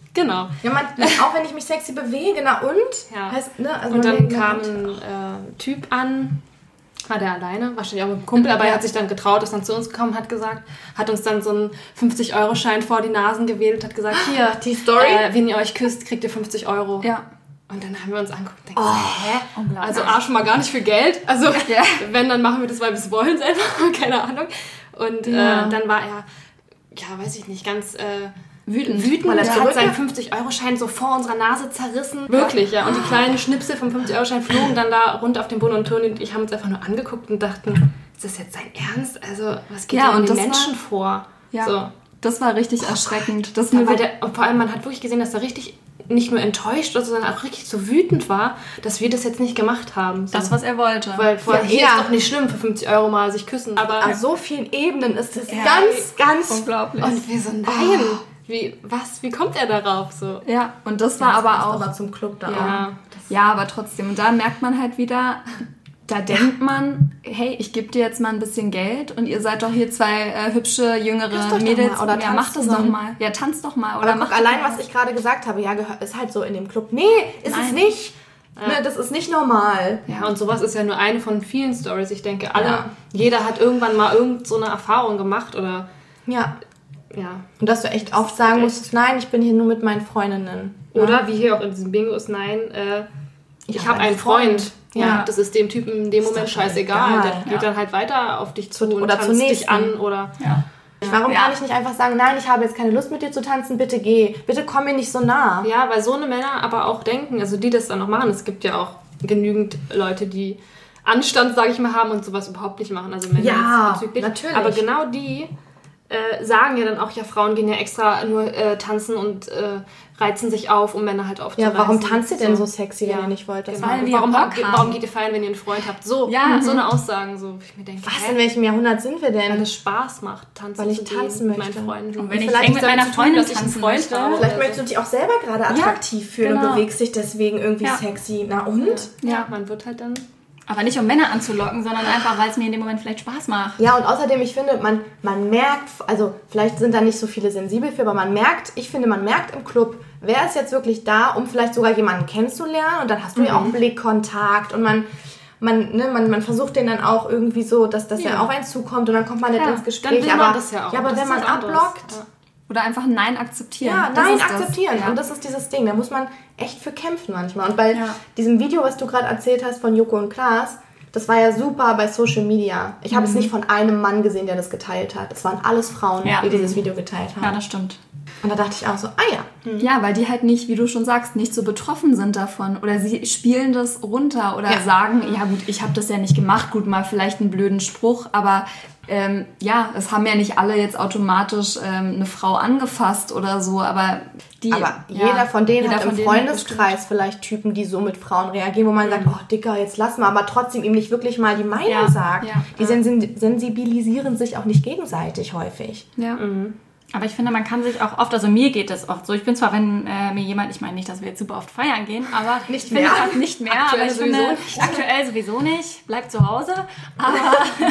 Speaker 3: Genau.
Speaker 1: Ja, man, auch wenn ich mich sexy bewege, na und?
Speaker 3: Ja.
Speaker 1: Heißt, ne, also
Speaker 3: Und
Speaker 1: man
Speaker 3: dann
Speaker 1: denkt,
Speaker 3: kam
Speaker 1: na gut.
Speaker 3: ein äh, Typ an, war der alleine, wahrscheinlich auch mit einem Kumpel, aber er hat sich dann getraut, ist dann zu uns gekommen, hat gesagt, hat uns dann so einen fünfzig-Euro-Schein vor die Nasen gewählt, hat gesagt, hier,
Speaker 1: Die Story?
Speaker 3: Äh, wenn ihr euch küsst, kriegt ihr fünfzig Euro.
Speaker 2: Ja.
Speaker 3: Und dann haben wir uns angeguckt und denken,
Speaker 1: Oh,
Speaker 3: hä? Also A, schon mal gar nicht für Geld. Also
Speaker 2: Ja.
Speaker 3: wenn, dann machen wir das, weil wir es wollen selber. Keine Ahnung. Und
Speaker 2: Ja.
Speaker 3: äh, dann war er, ja, weiß ich nicht, ganz äh,
Speaker 2: Wütend.
Speaker 3: wütend.
Speaker 1: Weil er
Speaker 3: Er hat
Speaker 1: zurück-
Speaker 3: seinen fünfzig-Euro-Schein so vor unserer Nase zerrissen. Wirklich, ja. Und die kleinen Schnipsel vom fünfzig-Euro-Schein flogen dann da runter auf den Boden und Toni und ich haben uns einfach nur angeguckt und dachten, ist das jetzt sein Ernst? Also was geht
Speaker 2: Ja,
Speaker 3: ja,
Speaker 2: und
Speaker 3: den
Speaker 2: das
Speaker 3: Menschen
Speaker 2: war-
Speaker 3: vor?
Speaker 2: Ja.
Speaker 3: So.
Speaker 2: Das war richtig erschreckend. Das
Speaker 3: Ja,
Speaker 2: mir
Speaker 3: weil
Speaker 2: so-
Speaker 3: der, und vor allem, man hat wirklich gesehen, dass er richtig nicht nur enttäuscht war, sondern auch richtig so wütend war, dass wir das jetzt nicht gemacht haben. So.
Speaker 2: das, was er wollte.
Speaker 3: Weil vorher,
Speaker 1: Ja,
Speaker 3: hier
Speaker 1: ja.
Speaker 3: ist doch nicht schlimm, für fünfzig Euro mal sich küssen. Aber
Speaker 1: Auf so vielen Ebenen ist das
Speaker 2: Ja.
Speaker 1: ganz, ganz...
Speaker 2: Unglaublich.
Speaker 3: und wir so, nein, wie, was, wie kommt er darauf? So.
Speaker 2: ja, und das war aber auch...
Speaker 1: Aber zum Club da auch.
Speaker 3: Ja, das,
Speaker 2: Ja, aber trotzdem. Und da merkt man halt wieder, da denkt man, hey, ich gebe dir jetzt mal ein bisschen Geld und ihr seid doch hier zwei äh, hübsche, jüngere
Speaker 1: Küsst euch doch
Speaker 2: Mädels.
Speaker 1: mal oder
Speaker 2: ja,
Speaker 1: tanzt
Speaker 2: macht das doch
Speaker 1: zusammen.
Speaker 2: mal. Ja, tanzt doch mal. Oder
Speaker 1: Aber guck,
Speaker 2: macht
Speaker 1: allein,
Speaker 2: doch
Speaker 1: was
Speaker 2: mal.
Speaker 1: ich gerade gesagt habe, ja, gehör- ist halt so in dem Club. Nee, ist es
Speaker 2: Nein.
Speaker 1: nicht. Ne, das ist nicht normal.
Speaker 3: ja, und sowas ist ja nur eine von vielen Stories. Ich denke, alle,
Speaker 1: Ja.
Speaker 3: jeder hat irgendwann mal irgend so eine Erfahrung gemacht oder,
Speaker 1: Ja.
Speaker 3: ja.
Speaker 1: Und dass du echt oft sagen
Speaker 3: echt.
Speaker 1: musstest, nein, ich bin hier nur mit meinen Freundinnen.
Speaker 3: Oder wie hier auch in diesem Bingo ist, nein, äh, ich,
Speaker 1: Ich
Speaker 3: habe
Speaker 1: hab
Speaker 3: einen
Speaker 1: einen
Speaker 3: Freund.
Speaker 1: Freund.
Speaker 3: Ja,
Speaker 1: Ja.
Speaker 3: das ist dem Typen in dem
Speaker 1: Ist
Speaker 3: Moment
Speaker 1: doch
Speaker 3: scheißegal.
Speaker 1: egal.
Speaker 3: Der
Speaker 2: Ja.
Speaker 3: geht dann halt weiter auf dich zu
Speaker 1: Zu-
Speaker 3: und
Speaker 1: oder
Speaker 3: tanzt
Speaker 1: zur
Speaker 3: dich
Speaker 1: nächsten.
Speaker 3: an oder...
Speaker 2: Ja.
Speaker 1: Warum
Speaker 2: Ja.
Speaker 1: kann ich nicht einfach sagen, nein, ich habe jetzt keine Lust mit dir zu tanzen, bitte geh. Bitte komm mir nicht so nah.
Speaker 3: Ja, weil so eine Männer aber auch denken, also die das dann noch machen, es gibt ja auch genügend Leute, die Anstand, sage ich mal, haben und sowas überhaupt nicht machen. Also Männer
Speaker 1: Ja,
Speaker 3: bezüglich.
Speaker 1: natürlich.
Speaker 3: Aber genau die äh, sagen ja dann auch, ja, Frauen gehen ja extra nur äh, tanzen und äh, reizen sich auf, um Männer halt
Speaker 1: Ja,
Speaker 3: aufzureißen.
Speaker 1: warum tanzt ihr denn so sexy, wenn
Speaker 3: Ja,
Speaker 1: ihr nicht wollt? Das
Speaker 3: Genau.
Speaker 2: Weil
Speaker 3: Und
Speaker 2: wir
Speaker 3: warum,
Speaker 2: Bock
Speaker 3: habt ihr-
Speaker 2: haben.
Speaker 3: warum geht ihr feiern, wenn ihr einen Freund habt? So,
Speaker 2: Ja.
Speaker 3: so eine Aussagen, so, wo ich mir denke,
Speaker 1: Was,
Speaker 3: hä?
Speaker 1: in welchem Jahrhundert sind wir
Speaker 3: Weil
Speaker 1: denn?
Speaker 3: es Spaß macht, tanzen
Speaker 1: Weil ich
Speaker 3: zu gehen
Speaker 1: tanzen
Speaker 3: mit
Speaker 1: möchte.
Speaker 3: meinen Freunden.
Speaker 2: Und wenn ich
Speaker 1: Vielleicht
Speaker 2: eng mit
Speaker 3: damit
Speaker 2: meiner
Speaker 3: zu tun,
Speaker 2: Freundin
Speaker 3: dass ich einen
Speaker 2: tanzen
Speaker 3: Freund
Speaker 2: möchte.
Speaker 3: habe.
Speaker 1: Vielleicht
Speaker 3: Also-
Speaker 1: möchtest du dich auch selber gerade attraktiv fühlen
Speaker 2: genau.
Speaker 1: und bewegst dich deswegen irgendwie
Speaker 2: Ja.
Speaker 1: sexy. Na und?
Speaker 3: Ja,
Speaker 2: Ja.
Speaker 3: man wird halt dann...
Speaker 2: Aber nicht um Männer anzulocken, sondern einfach, weil es mir in dem Moment vielleicht Spaß macht.
Speaker 1: Ja, und außerdem, ich finde, man, man merkt, also vielleicht sind da nicht so viele sensibel für, aber man merkt, ich finde, man merkt im Club, wer ist jetzt wirklich da, um vielleicht sogar jemanden kennenzulernen und dann hast du ja auch einen Blickkontakt und man, man, ne, man, man versucht den dann auch irgendwie so, dass, dass
Speaker 3: Ja.
Speaker 1: er auf einen zukommt und dann kommt man nicht
Speaker 2: Ja,
Speaker 1: ins
Speaker 3: dann
Speaker 1: Gespräch.
Speaker 3: will man
Speaker 1: aber
Speaker 3: das ja auch.
Speaker 1: ja, aber
Speaker 3: Das
Speaker 1: wenn
Speaker 3: ist
Speaker 1: man
Speaker 3: was anderes.
Speaker 1: abblockt,
Speaker 3: Ja.
Speaker 2: Oder einfach ein Nein akzeptieren.
Speaker 1: ja,
Speaker 2: Das
Speaker 1: nein,
Speaker 2: ist das.
Speaker 1: akzeptieren.
Speaker 2: Ja.
Speaker 1: Und das ist dieses Ding, da muss man echt für kämpfen manchmal. Und bei
Speaker 2: Ja.
Speaker 1: diesem Video, was du gerade erzählt hast von Joko und Klaas, das war ja super bei Social Media. Ich habe es nicht von einem Mann gesehen, der das geteilt hat. Es waren alles Frauen,
Speaker 2: Ja.
Speaker 1: die dieses Video geteilt haben.
Speaker 2: Ja, das stimmt.
Speaker 1: Und da dachte ich auch so, ah ja.
Speaker 2: Ja, weil die halt nicht, wie du schon sagst, nicht so betroffen sind davon. Oder sie spielen das runter oder
Speaker 1: Ja.
Speaker 2: sagen, ja gut, ich habe das ja nicht gemacht, gut, mal vielleicht einen blöden Spruch, aber ähm, ja, es haben ja nicht alle jetzt automatisch ähm, eine Frau angefasst oder so, aber die...
Speaker 1: Aber
Speaker 2: ja,
Speaker 1: jeder von denen
Speaker 2: jeder
Speaker 1: hat im
Speaker 2: von denen
Speaker 1: Freundeskreis vielleicht Typen, die so mit Frauen reagieren, wo man sagt, oh Dicker, jetzt lass mal, aber trotzdem ihm nicht wirklich mal die Meinung
Speaker 2: Ja,
Speaker 1: sagt.
Speaker 2: ja,
Speaker 1: die sensi- sensibilisieren sich auch nicht gegenseitig häufig.
Speaker 2: Ja.
Speaker 4: Aber ich finde, man kann sich auch oft, also mir geht es oft so, ich bin zwar, wenn äh, mir jemand, ich meine nicht, dass wir jetzt super oft feiern gehen, aber
Speaker 1: Nicht
Speaker 4: ich finde
Speaker 1: mehr.
Speaker 4: das nicht mehr,
Speaker 3: Aktuell
Speaker 4: aber ich
Speaker 3: sowieso
Speaker 4: finde,
Speaker 3: nicht.
Speaker 4: aktuell sowieso nicht, bleib zu Hause, aber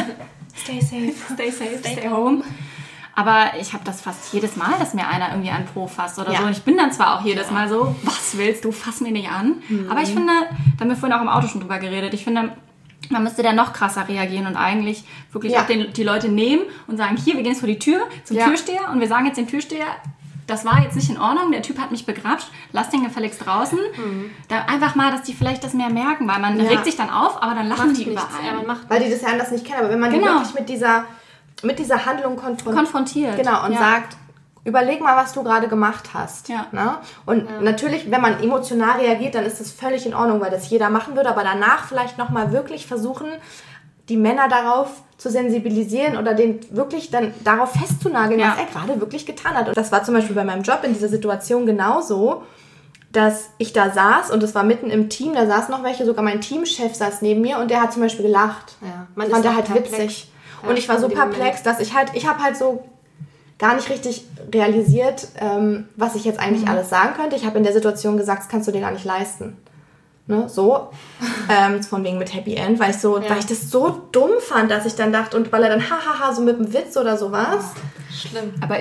Speaker 1: Stay safe.
Speaker 4: stay safe, stay home. Aber ich habe das fast jedes Mal, dass mir einer irgendwie an Po fasst oder
Speaker 1: Ja.
Speaker 4: so. Und ich bin dann zwar auch jedes Mal so, was willst du, fass mir nicht an. Aber ich finde, da haben wir vorhin auch im Auto schon drüber geredet, ich finde, man müsste da noch krasser reagieren und eigentlich wirklich
Speaker 1: Ja.
Speaker 4: auch den, die Leute nehmen und sagen, hier, wir gehen jetzt vor die Tür zum
Speaker 1: Ja.
Speaker 4: Türsteher und wir sagen jetzt dem Türsteher, das war jetzt nicht in Ordnung, der Typ hat mich begrapscht, lass den gefälligst draußen. Da einfach mal, dass die vielleicht das mehr merken, weil man
Speaker 1: Ja.
Speaker 4: regt sich dann auf, aber dann lachen
Speaker 3: Macht
Speaker 4: die
Speaker 3: nichts.
Speaker 4: über
Speaker 3: Ja, man
Speaker 4: einen.
Speaker 3: macht
Speaker 1: Weil die das ja anders nicht kennen. Aber wenn man die
Speaker 4: Genau.
Speaker 1: wirklich mit dieser, mit dieser Handlung konfrontiert.
Speaker 4: Konfrontiert.
Speaker 1: Genau, und
Speaker 4: Ja.
Speaker 1: sagt, überleg mal, was du gerade gemacht hast.
Speaker 4: Ja.
Speaker 1: Ne? Und natürlich, wenn man emotional reagiert, dann ist das völlig in Ordnung, weil das jeder machen würde. Aber danach vielleicht nochmal wirklich versuchen, die Männer darauf zu sensibilisieren oder den wirklich dann darauf festzunageln,
Speaker 4: Ja.
Speaker 1: was er gerade wirklich getan hat. Und das war zum Beispiel bei meinem Job in dieser Situation genauso, dass ich da saß und es war mitten im Team, da saßen noch welche, sogar mein Teamchef saß neben mir und der hat zum Beispiel gelacht.
Speaker 3: Ja, man
Speaker 1: Fand
Speaker 3: ist
Speaker 1: er halt
Speaker 3: perplex.
Speaker 1: witzig.
Speaker 3: Ja,
Speaker 1: und ich war so
Speaker 3: in dem
Speaker 1: perplex, dass ich halt, ich habe halt so gar nicht richtig realisiert, ähm, was ich jetzt eigentlich alles sagen könnte. Ich habe in der Situation gesagt, das kannst du dir gar nicht leisten. Ne, so, ähm, von wegen mit Happy End, weil ich so,
Speaker 3: Ja.
Speaker 1: weil ich das so dumm fand, dass ich dann dachte, und weil er dann hahaha so mit einem Witz oder sowas.
Speaker 3: Schlimm.
Speaker 2: Aber ich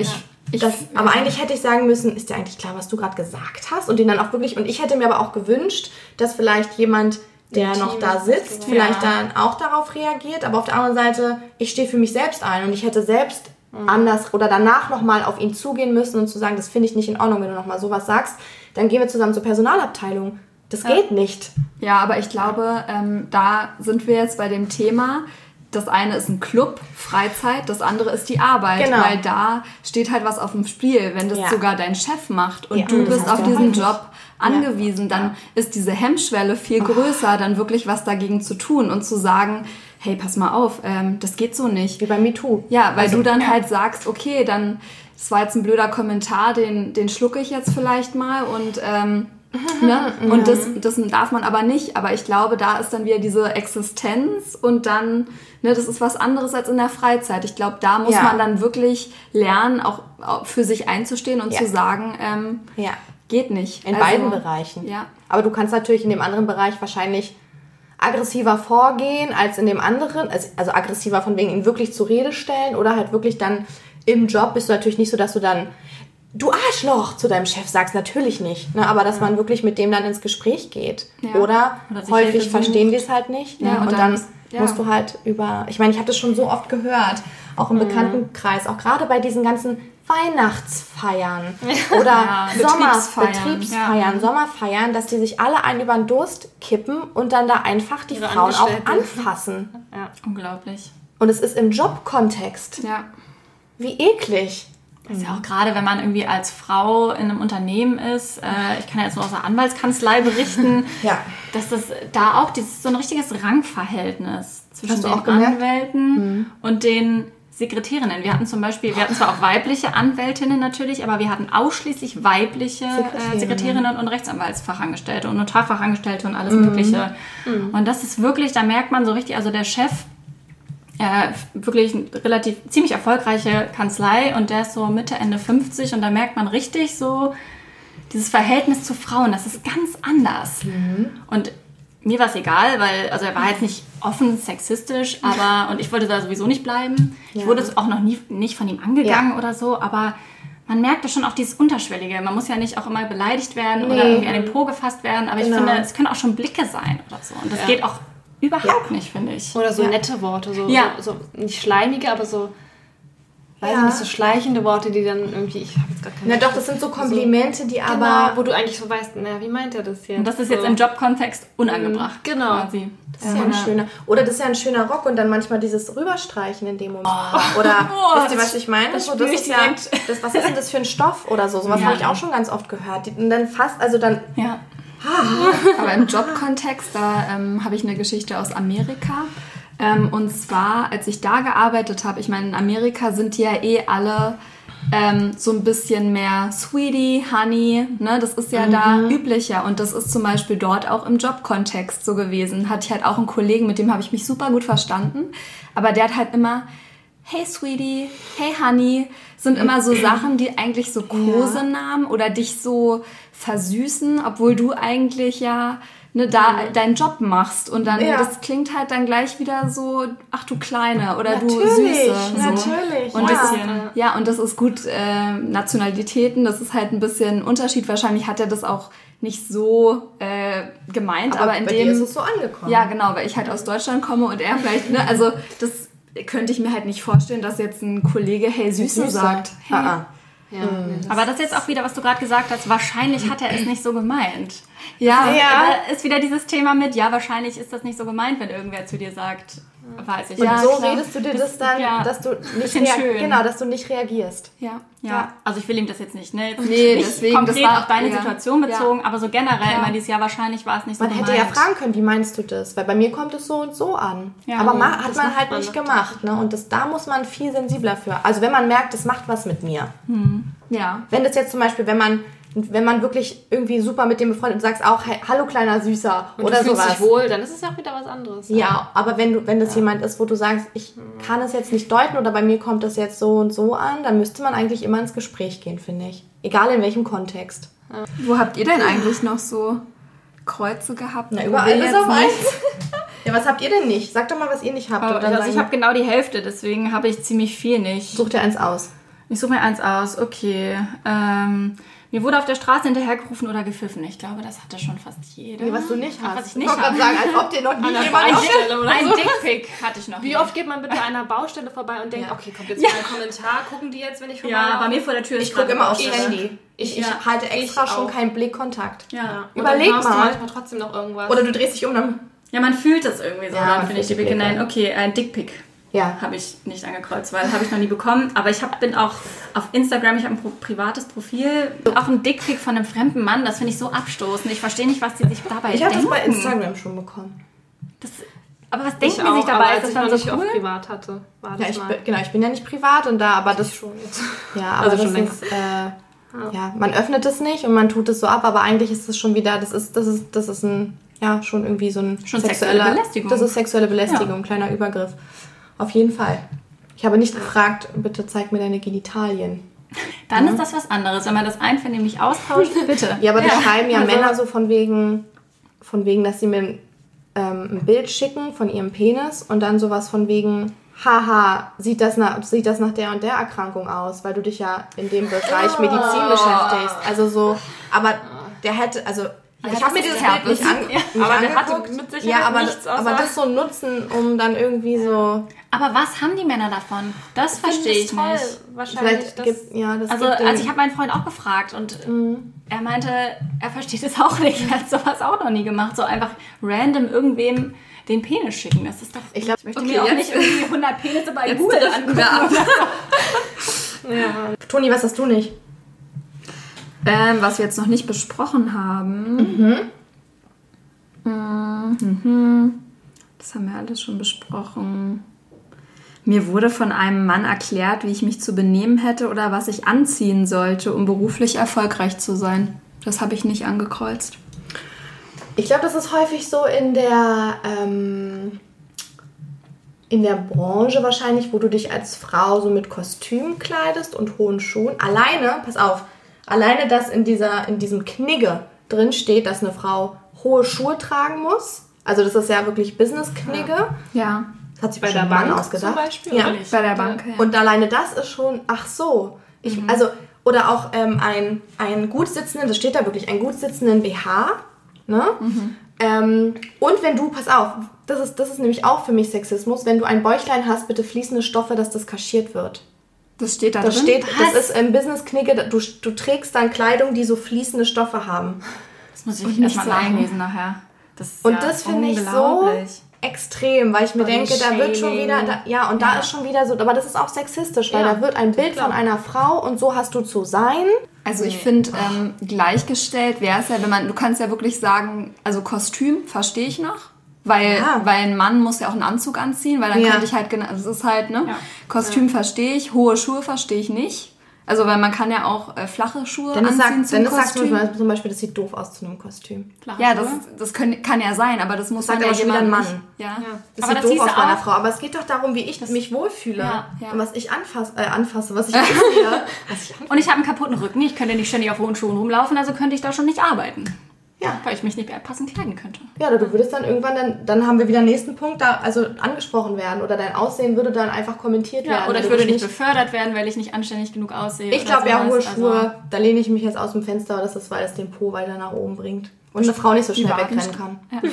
Speaker 1: Das, aber eigentlich hätte ich sagen müssen, ist dir eigentlich klar, was du gerade gesagt hast? Und den dann auch wirklich, und ich hätte mir aber auch gewünscht, dass vielleicht jemand, der
Speaker 3: Im
Speaker 1: noch
Speaker 3: Team
Speaker 1: da
Speaker 3: ist
Speaker 1: sitzt,
Speaker 3: das
Speaker 1: vielleicht
Speaker 2: ja.
Speaker 1: dann auch darauf reagiert. Aber auf der anderen Seite, ich stehe für mich selbst ein und ich hätte selbst mhm. anders oder danach nochmal auf ihn zugehen müssen und zu sagen, das finde ich nicht in Ordnung, wenn du nochmal sowas sagst, dann gehen wir zusammen zur Personalabteilung. Das
Speaker 2: ja.
Speaker 1: geht nicht.
Speaker 2: Ja, aber ich glaube, ähm, da sind wir jetzt bei dem Thema. Das eine ist ein Club, Freizeit, das andere ist die Arbeit,
Speaker 1: Genau.
Speaker 2: weil da steht halt was auf dem Spiel. Wenn das
Speaker 1: Ja.
Speaker 2: sogar dein Chef macht und
Speaker 1: Ja,
Speaker 2: du
Speaker 1: das
Speaker 2: bist
Speaker 1: hast
Speaker 2: auf
Speaker 1: du
Speaker 2: diesen
Speaker 1: häufig.
Speaker 2: Job angewiesen, dann ist diese Hemmschwelle viel größer, dann wirklich was dagegen zu tun und zu sagen, hey, pass mal auf, ähm, das geht so nicht.
Speaker 1: Wie bei MeToo.
Speaker 2: Ja, weil
Speaker 1: Also,
Speaker 2: du dann
Speaker 1: ja.
Speaker 2: halt sagst, okay, dann, das war jetzt ein blöder Kommentar, den, den schlucke ich jetzt vielleicht mal und ähm, ne? Und das, das darf man aber nicht. Aber ich glaube, da ist dann wieder diese Existenz und dann, ne, das ist was anderes als in der Freizeit. Ich glaube, da muss
Speaker 1: Ja.
Speaker 2: man dann wirklich lernen, auch, auch für sich einzustehen und
Speaker 1: Ja.
Speaker 2: zu sagen, ähm,
Speaker 1: Ja.
Speaker 2: geht nicht.
Speaker 1: In
Speaker 2: Also,
Speaker 1: beiden Bereichen.
Speaker 2: Ja.
Speaker 1: Aber du kannst natürlich in dem anderen Bereich wahrscheinlich aggressiver vorgehen als in dem anderen. Also, also aggressiver von wegen ihn wirklich zur Rede stellen oder halt wirklich dann im Job bist du natürlich nicht so, dass du dann du Arschloch zu deinem Chef sagst, natürlich nicht. Ne? Aber dass man wirklich mit dem dann ins Gespräch geht.
Speaker 2: Ja.
Speaker 1: Oder,
Speaker 4: Oder sich
Speaker 1: häufig
Speaker 4: Hilfe
Speaker 1: verstehen die es halt nicht. Ne?
Speaker 2: Ja,
Speaker 1: und,
Speaker 2: und
Speaker 1: dann,
Speaker 2: dann- ja.
Speaker 1: musst du halt über... Ich meine, ich habe das schon so oft gehört, auch im Bekanntenkreis, auch gerade bei diesen ganzen Weihnachtsfeiern oder
Speaker 2: Ja,
Speaker 1: Sommer,
Speaker 2: Betriebsfeiern.
Speaker 1: Betriebsfeiern,
Speaker 2: Ja.
Speaker 1: Sommerfeiern, dass die sich alle einen über den Durst kippen und dann da einfach die
Speaker 3: Ihre
Speaker 1: Frauen auch
Speaker 3: Angestellten.
Speaker 1: anfassen.
Speaker 3: Ja.
Speaker 4: Unglaublich.
Speaker 1: Und es ist im Jobkontext.
Speaker 2: Ja.
Speaker 1: Wie eklig.
Speaker 4: Das ist ja auch gerade, wenn man irgendwie als Frau in einem Unternehmen ist, äh, ich kann ja jetzt nur aus der Anwaltskanzlei berichten,
Speaker 1: Ja.
Speaker 4: dass das da auch dieses, so ein richtiges Rangverhältnis zwischen
Speaker 1: Hast du
Speaker 4: den
Speaker 1: auch gemerkt?
Speaker 4: Anwälten und den Sekretärinnen. Wir hatten zum Beispiel, wir hatten zwar auch weibliche Anwältinnen natürlich, aber wir hatten ausschließlich weibliche
Speaker 1: Sekretärinnen.
Speaker 4: äh, Sekretärinnen und Rechtsanwaltsfachangestellte und Notarfachangestellte und alles Mögliche. Und das ist wirklich, da merkt man so richtig, also der Chef, äh, wirklich eine relativ ziemlich erfolgreiche Kanzlei und der ist so Mitte, Ende fünfzig und da merkt man richtig so dieses Verhältnis zu Frauen, das ist ganz anders. Und mir war es egal, weil, also er war jetzt nicht offen sexistisch, aber, und ich wollte da sowieso nicht bleiben. Ich
Speaker 1: Ja.
Speaker 4: wurde auch noch nie, nicht von ihm angegangen
Speaker 1: Ja.
Speaker 4: oder so, aber man merkte schon auch dieses Unterschwellige. Man muss ja nicht auch immer beleidigt werden
Speaker 1: Nee.
Speaker 4: oder irgendwie an den Po gefasst werden, aber
Speaker 1: Genau.
Speaker 4: ich finde, es können auch schon Blicke sein oder so. Und das
Speaker 3: Ja.
Speaker 4: geht auch überhaupt
Speaker 1: Ja.
Speaker 4: nicht, finde ich.
Speaker 3: Oder so
Speaker 1: Ja.
Speaker 3: nette Worte, so,
Speaker 4: Ja.
Speaker 3: so, so nicht schleimige, aber so, weiß
Speaker 1: Ja.
Speaker 3: ich nicht, so schleichende Worte, die dann irgendwie, ich habe jetzt gar keine
Speaker 1: Na doch, das sind so Komplimente, die
Speaker 3: aber
Speaker 1: aber...
Speaker 3: wo du eigentlich so weißt, na, wie meint er das jetzt?
Speaker 4: Und das ist
Speaker 3: so.
Speaker 4: jetzt im Jobkontext unangebracht.
Speaker 3: Genau.
Speaker 4: Quasi.
Speaker 1: Das ist ja ein schöner. Oder das ist ja ein schöner Rock und dann manchmal dieses Rüberstreichen in dem Moment. Oder
Speaker 4: Oh,
Speaker 1: wisst ihr, was ich meine?
Speaker 4: das
Speaker 1: so,
Speaker 4: spür
Speaker 1: das
Speaker 4: ich
Speaker 1: ist ja,
Speaker 4: direkt.
Speaker 1: das, was ist denn das für ein Stoff oder so? Sowas
Speaker 4: Ja.
Speaker 1: habe ich auch schon ganz oft gehört. Die, und dann fast, also dann,
Speaker 4: Ja.
Speaker 2: Aber im Jobkontext, da ähm, habe ich eine Geschichte aus Amerika. Ähm, und zwar, als ich da gearbeitet habe, ich meine, in Amerika sind die ja eh alle ähm, so ein bisschen mehr Sweetie, Honey, ne? Das ist ja da üblicher. Und das ist zum Beispiel dort auch im Jobkontext so gewesen. Hatte ich halt auch einen Kollegen, mit dem habe ich mich super gut verstanden. Aber der hat halt immer... Hey Sweetie, hey Honey, sind immer so Sachen, die eigentlich so Kosenamen oder dich so versüßen, obwohl du eigentlich ja ne, da deinen Job machst. Und dann,
Speaker 1: Ja.
Speaker 2: das klingt halt dann gleich wieder so, ach du Kleine oder du
Speaker 1: Natürlich,
Speaker 2: Süße. So.
Speaker 1: natürlich,
Speaker 2: Und
Speaker 1: ja.
Speaker 2: das, ja, und das ist gut, äh, Nationalitäten, das ist halt ein bisschen ein Unterschied. Wahrscheinlich hat er das auch nicht so äh, gemeint, aber,
Speaker 1: aber
Speaker 2: in
Speaker 1: bei
Speaker 2: dem...
Speaker 1: dir ist es so angekommen.
Speaker 2: Ja, genau, weil ich halt aus Deutschland komme und er vielleicht, ne, also das könnte ich mir halt nicht vorstellen, dass jetzt ein Kollege hey Süße,
Speaker 1: Süße.
Speaker 2: sagt. Hey.
Speaker 1: Ah, ah.
Speaker 3: Ja, nee, das-
Speaker 4: Aber das ist jetzt auch wieder, was du gerade gesagt hast, wahrscheinlich hat er es nicht so gemeint.
Speaker 2: Ja,
Speaker 1: Ja.
Speaker 4: Da ist wieder dieses Thema mit, ja, wahrscheinlich ist das nicht so gemeint, wenn irgendwer zu dir sagt, weiß ich
Speaker 1: Und
Speaker 2: Ja,
Speaker 1: so
Speaker 2: klar.
Speaker 1: redest du dir das dann,
Speaker 4: ja,
Speaker 1: dass du nicht
Speaker 4: bisschen
Speaker 1: rea-
Speaker 4: schön.
Speaker 1: genau, dass du nicht reagierst.
Speaker 2: ja.
Speaker 4: Ja,
Speaker 1: Ja.
Speaker 4: also ich will ihm das jetzt nicht, ne? Jetzt
Speaker 2: Nee,
Speaker 4: nicht
Speaker 2: deswegen,
Speaker 4: konkret
Speaker 2: das war-
Speaker 4: auf deine
Speaker 2: ja.
Speaker 4: Situation bezogen, aber so generell
Speaker 2: Klar.
Speaker 4: immer dieses Jahr, wahrscheinlich war es nicht so
Speaker 1: Man
Speaker 4: gemeint.
Speaker 1: hätte ja fragen können, wie meinst du das? Weil bei mir kommt es so und so an.
Speaker 4: Ja,
Speaker 1: aber ma-
Speaker 3: das
Speaker 1: hat man
Speaker 3: macht
Speaker 1: halt
Speaker 3: man
Speaker 1: nicht
Speaker 3: doch.
Speaker 1: gemacht. Ne? Und das, da muss man viel sensibler für. Also wenn man merkt, das macht was mit mir.
Speaker 2: Ja.
Speaker 1: Wenn das jetzt zum Beispiel, wenn man, wenn man wirklich irgendwie super mit dem befreundet und sagst auch, hey, hallo kleiner Süßer
Speaker 3: und
Speaker 1: oder
Speaker 3: du fühlst
Speaker 1: sowas.
Speaker 3: dich wohl, dann ist es ja auch wieder was anderes.
Speaker 1: Ja, aber wenn du, wenn das jemand ist, wo du sagst, ich kann es jetzt nicht deuten oder bei mir kommt das jetzt so und so an, dann müsste man eigentlich immer ins Gespräch gehen, finde ich. Egal in welchem Kontext.
Speaker 2: Wo habt ihr denn eigentlich noch so Kreuze gehabt?
Speaker 1: Na,
Speaker 2: wo
Speaker 1: überall
Speaker 2: wir
Speaker 1: bis
Speaker 2: jetzt
Speaker 1: auf
Speaker 2: nicht-
Speaker 1: eins. Ja, was habt ihr denn nicht? Sagt doch mal, was ihr nicht habt.
Speaker 4: Aber,
Speaker 1: und dann
Speaker 4: also ich
Speaker 1: sagen-
Speaker 4: habe genau die Hälfte, deswegen habe ich ziemlich viel nicht.
Speaker 1: Such dir eins aus.
Speaker 4: Ich suche mir eins aus, okay. Ähm, mir wurde auf der Straße hinterhergerufen oder gepfiffen. Ich glaube, das hatte schon fast jeder.
Speaker 1: Nee, was du nicht hast.
Speaker 4: Was ich nicht
Speaker 1: wollte gerade sagen, als ob dir noch nie jemand
Speaker 4: Ein,
Speaker 1: auf
Speaker 4: Dick, ein Dickpick hatte ich noch
Speaker 3: Wie
Speaker 4: nie.
Speaker 3: oft geht man bitte an einer Baustelle vorbei und denkt,
Speaker 1: Ja.
Speaker 3: okay, kommt jetzt mal ein Kommentar, gucken die jetzt, wenn ich vorbei
Speaker 4: Ja, bei mir vor der Tür ist
Speaker 1: Ich gucke immer aufs
Speaker 3: Baustelle.
Speaker 1: Handy. Ich, ich
Speaker 3: Ja,
Speaker 1: halte extra
Speaker 3: ich
Speaker 1: schon
Speaker 3: auch.
Speaker 1: keinen Blickkontakt.
Speaker 4: Ja.
Speaker 3: Und
Speaker 1: Überleg
Speaker 3: dann hörst du
Speaker 1: mal.
Speaker 3: manchmal trotzdem noch irgendwas.
Speaker 1: Oder du drehst dich um, dann...
Speaker 4: ja, man fühlt das irgendwie so.
Speaker 1: Ja,
Speaker 4: dann
Speaker 1: man
Speaker 4: finde ich die
Speaker 1: fühlt die
Speaker 4: Blicke.
Speaker 1: Blicke.
Speaker 4: Nein, okay, ein Dickpick
Speaker 1: Ja.
Speaker 4: habe ich nicht angekreuzt, weil habe ich noch nie bekommen. Aber ich hab, bin auch auf Instagram, ich habe ein pro- privates Profil. Auch ein Dickpick von einem fremden Mann, das finde ich so abstoßend. Ich verstehe nicht, was die sich dabei
Speaker 1: Ich habe das
Speaker 4: denken.
Speaker 1: bei Instagram schon bekommen.
Speaker 4: Das, aber was
Speaker 3: ich
Speaker 4: denken die
Speaker 3: auch,
Speaker 4: sich
Speaker 3: aber
Speaker 4: dabei?
Speaker 3: als
Speaker 4: Ist das
Speaker 3: ich
Speaker 4: dann
Speaker 3: noch
Speaker 4: so
Speaker 3: nicht
Speaker 4: cool?
Speaker 3: auf privat hatte, war
Speaker 1: Ja,
Speaker 3: das
Speaker 1: ich
Speaker 3: mal.
Speaker 1: bin, genau, ich bin ja nicht privat und da, aber das
Speaker 3: schon jetzt.
Speaker 1: Ja, aber
Speaker 3: Also
Speaker 1: das
Speaker 3: schon länger.
Speaker 1: ist, äh, ja, man öffnet es nicht und man tut es so ab, aber eigentlich ist es schon wieder, das ist, das ist, das ist ein, ja, schon irgendwie so ein
Speaker 4: Schon sexuelle Belästigung.
Speaker 1: Das ist sexuelle Belästigung,
Speaker 4: Ja.
Speaker 1: kleiner Übergriff. Auf jeden Fall. Ich habe nicht gefragt, bitte zeig mir deine Genitalien.
Speaker 4: Dann ist das was anderes. Wenn man das einvernehmlich austauscht, bitte.
Speaker 1: Ja, aber das schreiben ja
Speaker 3: also-
Speaker 1: Männer so von wegen, von wegen, dass sie mir ähm, ein Bild schicken von ihrem Penis und dann sowas von wegen, haha, sieht das, nach, sieht das nach der und der Erkrankung aus, weil du dich ja in dem Bereich Medizin beschäftigst. Also so, aber der hätte, also ich
Speaker 4: das
Speaker 1: habe mir
Speaker 4: ist
Speaker 1: dieses
Speaker 4: Herpes.
Speaker 1: Bild nicht, an,
Speaker 4: Ja.
Speaker 1: nicht
Speaker 3: Aber der hatte
Speaker 1: angeguckt.
Speaker 3: mit Sicherheit
Speaker 1: ja, aber,
Speaker 3: nichts außer-
Speaker 1: aber das so nutzen, um dann irgendwie so,
Speaker 4: Aber was haben die Männer davon? Das verstehe ich
Speaker 3: toll,
Speaker 4: nicht.
Speaker 3: wahrscheinlich.
Speaker 1: vielleicht
Speaker 3: das,
Speaker 1: gibt, ja, das
Speaker 4: Also,
Speaker 1: gibt
Speaker 4: also
Speaker 1: den-
Speaker 4: ich habe meinen Freund auch gefragt und er meinte, er versteht es auch nicht. Er hat sowas auch noch nie gemacht. So einfach random irgendwem den Penis schicken. Das ist doch...
Speaker 1: Ich glaub,
Speaker 4: möchte
Speaker 1: okay,
Speaker 4: mir auch
Speaker 1: jetzt-
Speaker 4: nicht irgendwie hundert Penisse bei
Speaker 1: Jetzt
Speaker 4: Google
Speaker 1: driften
Speaker 4: angucken.
Speaker 1: wir ab.
Speaker 3: ja.
Speaker 1: Toni, was hast du nicht?
Speaker 2: Ähm, was wir jetzt noch nicht besprochen haben. Mhm. Mhm. Das haben wir alles schon besprochen. Mir wurde von einem Mann erklärt, wie ich mich zu benehmen hätte oder was ich anziehen sollte, um beruflich erfolgreich zu sein. Das habe ich nicht angekreuzt.
Speaker 1: Ich glaube, das ist häufig so in der, ähm, in der Branche wahrscheinlich, wo du dich als Frau so mit Kostüm kleidest und hohen Schuhen. Alleine, pass auf, alleine, dass in, dieser, in diesem Knigge drin steht, dass eine Frau hohe Schuhe tragen muss. Also das ist ja wirklich Business-Knigge.
Speaker 2: Ja,
Speaker 1: Das hat sich
Speaker 3: Bei
Speaker 1: bestimmt
Speaker 3: der
Speaker 1: ein Mann
Speaker 3: Bank
Speaker 1: ausgedacht.
Speaker 3: zum Beispiel,
Speaker 1: Ja.
Speaker 3: oder nicht?
Speaker 2: bei der Bank. Ja.
Speaker 1: Und alleine das ist schon, ach so. Ich, also, oder auch ähm, ein, ein gut sitzenden, das steht da wirklich, einen gut sitzenden B H. Ne? Ähm, und wenn du, pass auf, das ist, das ist nämlich auch für mich Sexismus, wenn du ein Bäuchlein hast, bitte fließende Stoffe, dass das kaschiert wird.
Speaker 2: Das steht da
Speaker 1: Das
Speaker 2: drin.
Speaker 1: steht, das ist im Business-Knigge, du, du trägst dann Kleidung, die so fließende Stoffe haben.
Speaker 4: Das muss ich
Speaker 2: Und nicht
Speaker 4: erstmal
Speaker 2: sagen.
Speaker 4: nachlesen nachher. Das ist
Speaker 1: Und
Speaker 4: ja
Speaker 1: das finde ich so
Speaker 4: unglaublich.
Speaker 1: extrem, weil ich mir
Speaker 3: Body
Speaker 1: denke, da wird schon
Speaker 3: Shaming.
Speaker 1: wieder, da, ja, und da
Speaker 4: Ja.
Speaker 1: ist schon wieder so, aber das ist auch sexistisch, weil
Speaker 3: Ja,
Speaker 1: da wird ein Bild von einer Frau und so hast du zu sein.
Speaker 2: Also ich finde, ähm, gleichgestellt wäre es ja, wenn man, du kannst ja wirklich sagen, also Kostüm verstehe ich noch, weil,
Speaker 1: Ja.
Speaker 2: weil ein Mann muss ja auch einen Anzug anziehen, weil dann
Speaker 1: Ja.
Speaker 2: könnte ich halt, genau, das ist halt, ne,
Speaker 4: Ja.
Speaker 2: Kostüm verstehe ich, hohe Schuhe verstehe ich nicht. Also weil man kann ja auch äh, flache Schuhe
Speaker 1: Dennis
Speaker 2: anziehen
Speaker 1: sagt,
Speaker 2: zum
Speaker 1: Dennis sagt zum
Speaker 2: Kostüm.
Speaker 1: Beispiel, zum Beispiel, das sieht doof aus zu einem Kostüm.
Speaker 4: Flache
Speaker 2: Ja,
Speaker 4: Schuhe.
Speaker 2: das, das können, kann ja sein, aber das muss
Speaker 1: Sagt
Speaker 2: dann ja
Speaker 1: aber schon wieder
Speaker 2: jemand
Speaker 1: ein
Speaker 2: nicht-
Speaker 1: Mann.
Speaker 2: Ja.
Speaker 1: Das
Speaker 4: Aber
Speaker 1: sieht
Speaker 4: das
Speaker 1: doof
Speaker 4: siehst
Speaker 1: aus
Speaker 4: du
Speaker 1: bei einer
Speaker 4: auch.
Speaker 1: Frau, aber es geht doch darum, wie ich mich wohlfühle
Speaker 4: Ja, ja.
Speaker 1: und was ich anfasse, äh, anfasse was ich anziehe. was ich anfasse.
Speaker 4: Und ich habe einen kaputten Rücken. Ich könnte nicht ständig auf hohen Schuhen rumlaufen, also könnte ich da schon nicht arbeiten.
Speaker 1: Ja.
Speaker 4: Weil ich mich nicht mehr passend kleiden könnte.
Speaker 1: Ja, oder du würdest dann irgendwann, dann, dann haben wir wieder den nächsten Punkt, da also angesprochen werden oder dein Aussehen würde dann einfach kommentiert werden.
Speaker 4: Ja, oder
Speaker 1: weil
Speaker 4: ich
Speaker 1: du
Speaker 4: würde
Speaker 1: dich
Speaker 4: nicht befördert werden, weil ich nicht anständig genug aussehe.
Speaker 1: Ich
Speaker 4: oder
Speaker 1: glaube ja, hohe
Speaker 4: sowas.
Speaker 1: Schuhe,
Speaker 4: Also,
Speaker 1: da lehne ich mich jetzt aus dem Fenster, das ist, weil es den Po weiter nach oben bringt. Und eine Frau nicht so schnell
Speaker 2: Waden
Speaker 1: wegrennen kann.
Speaker 4: ja.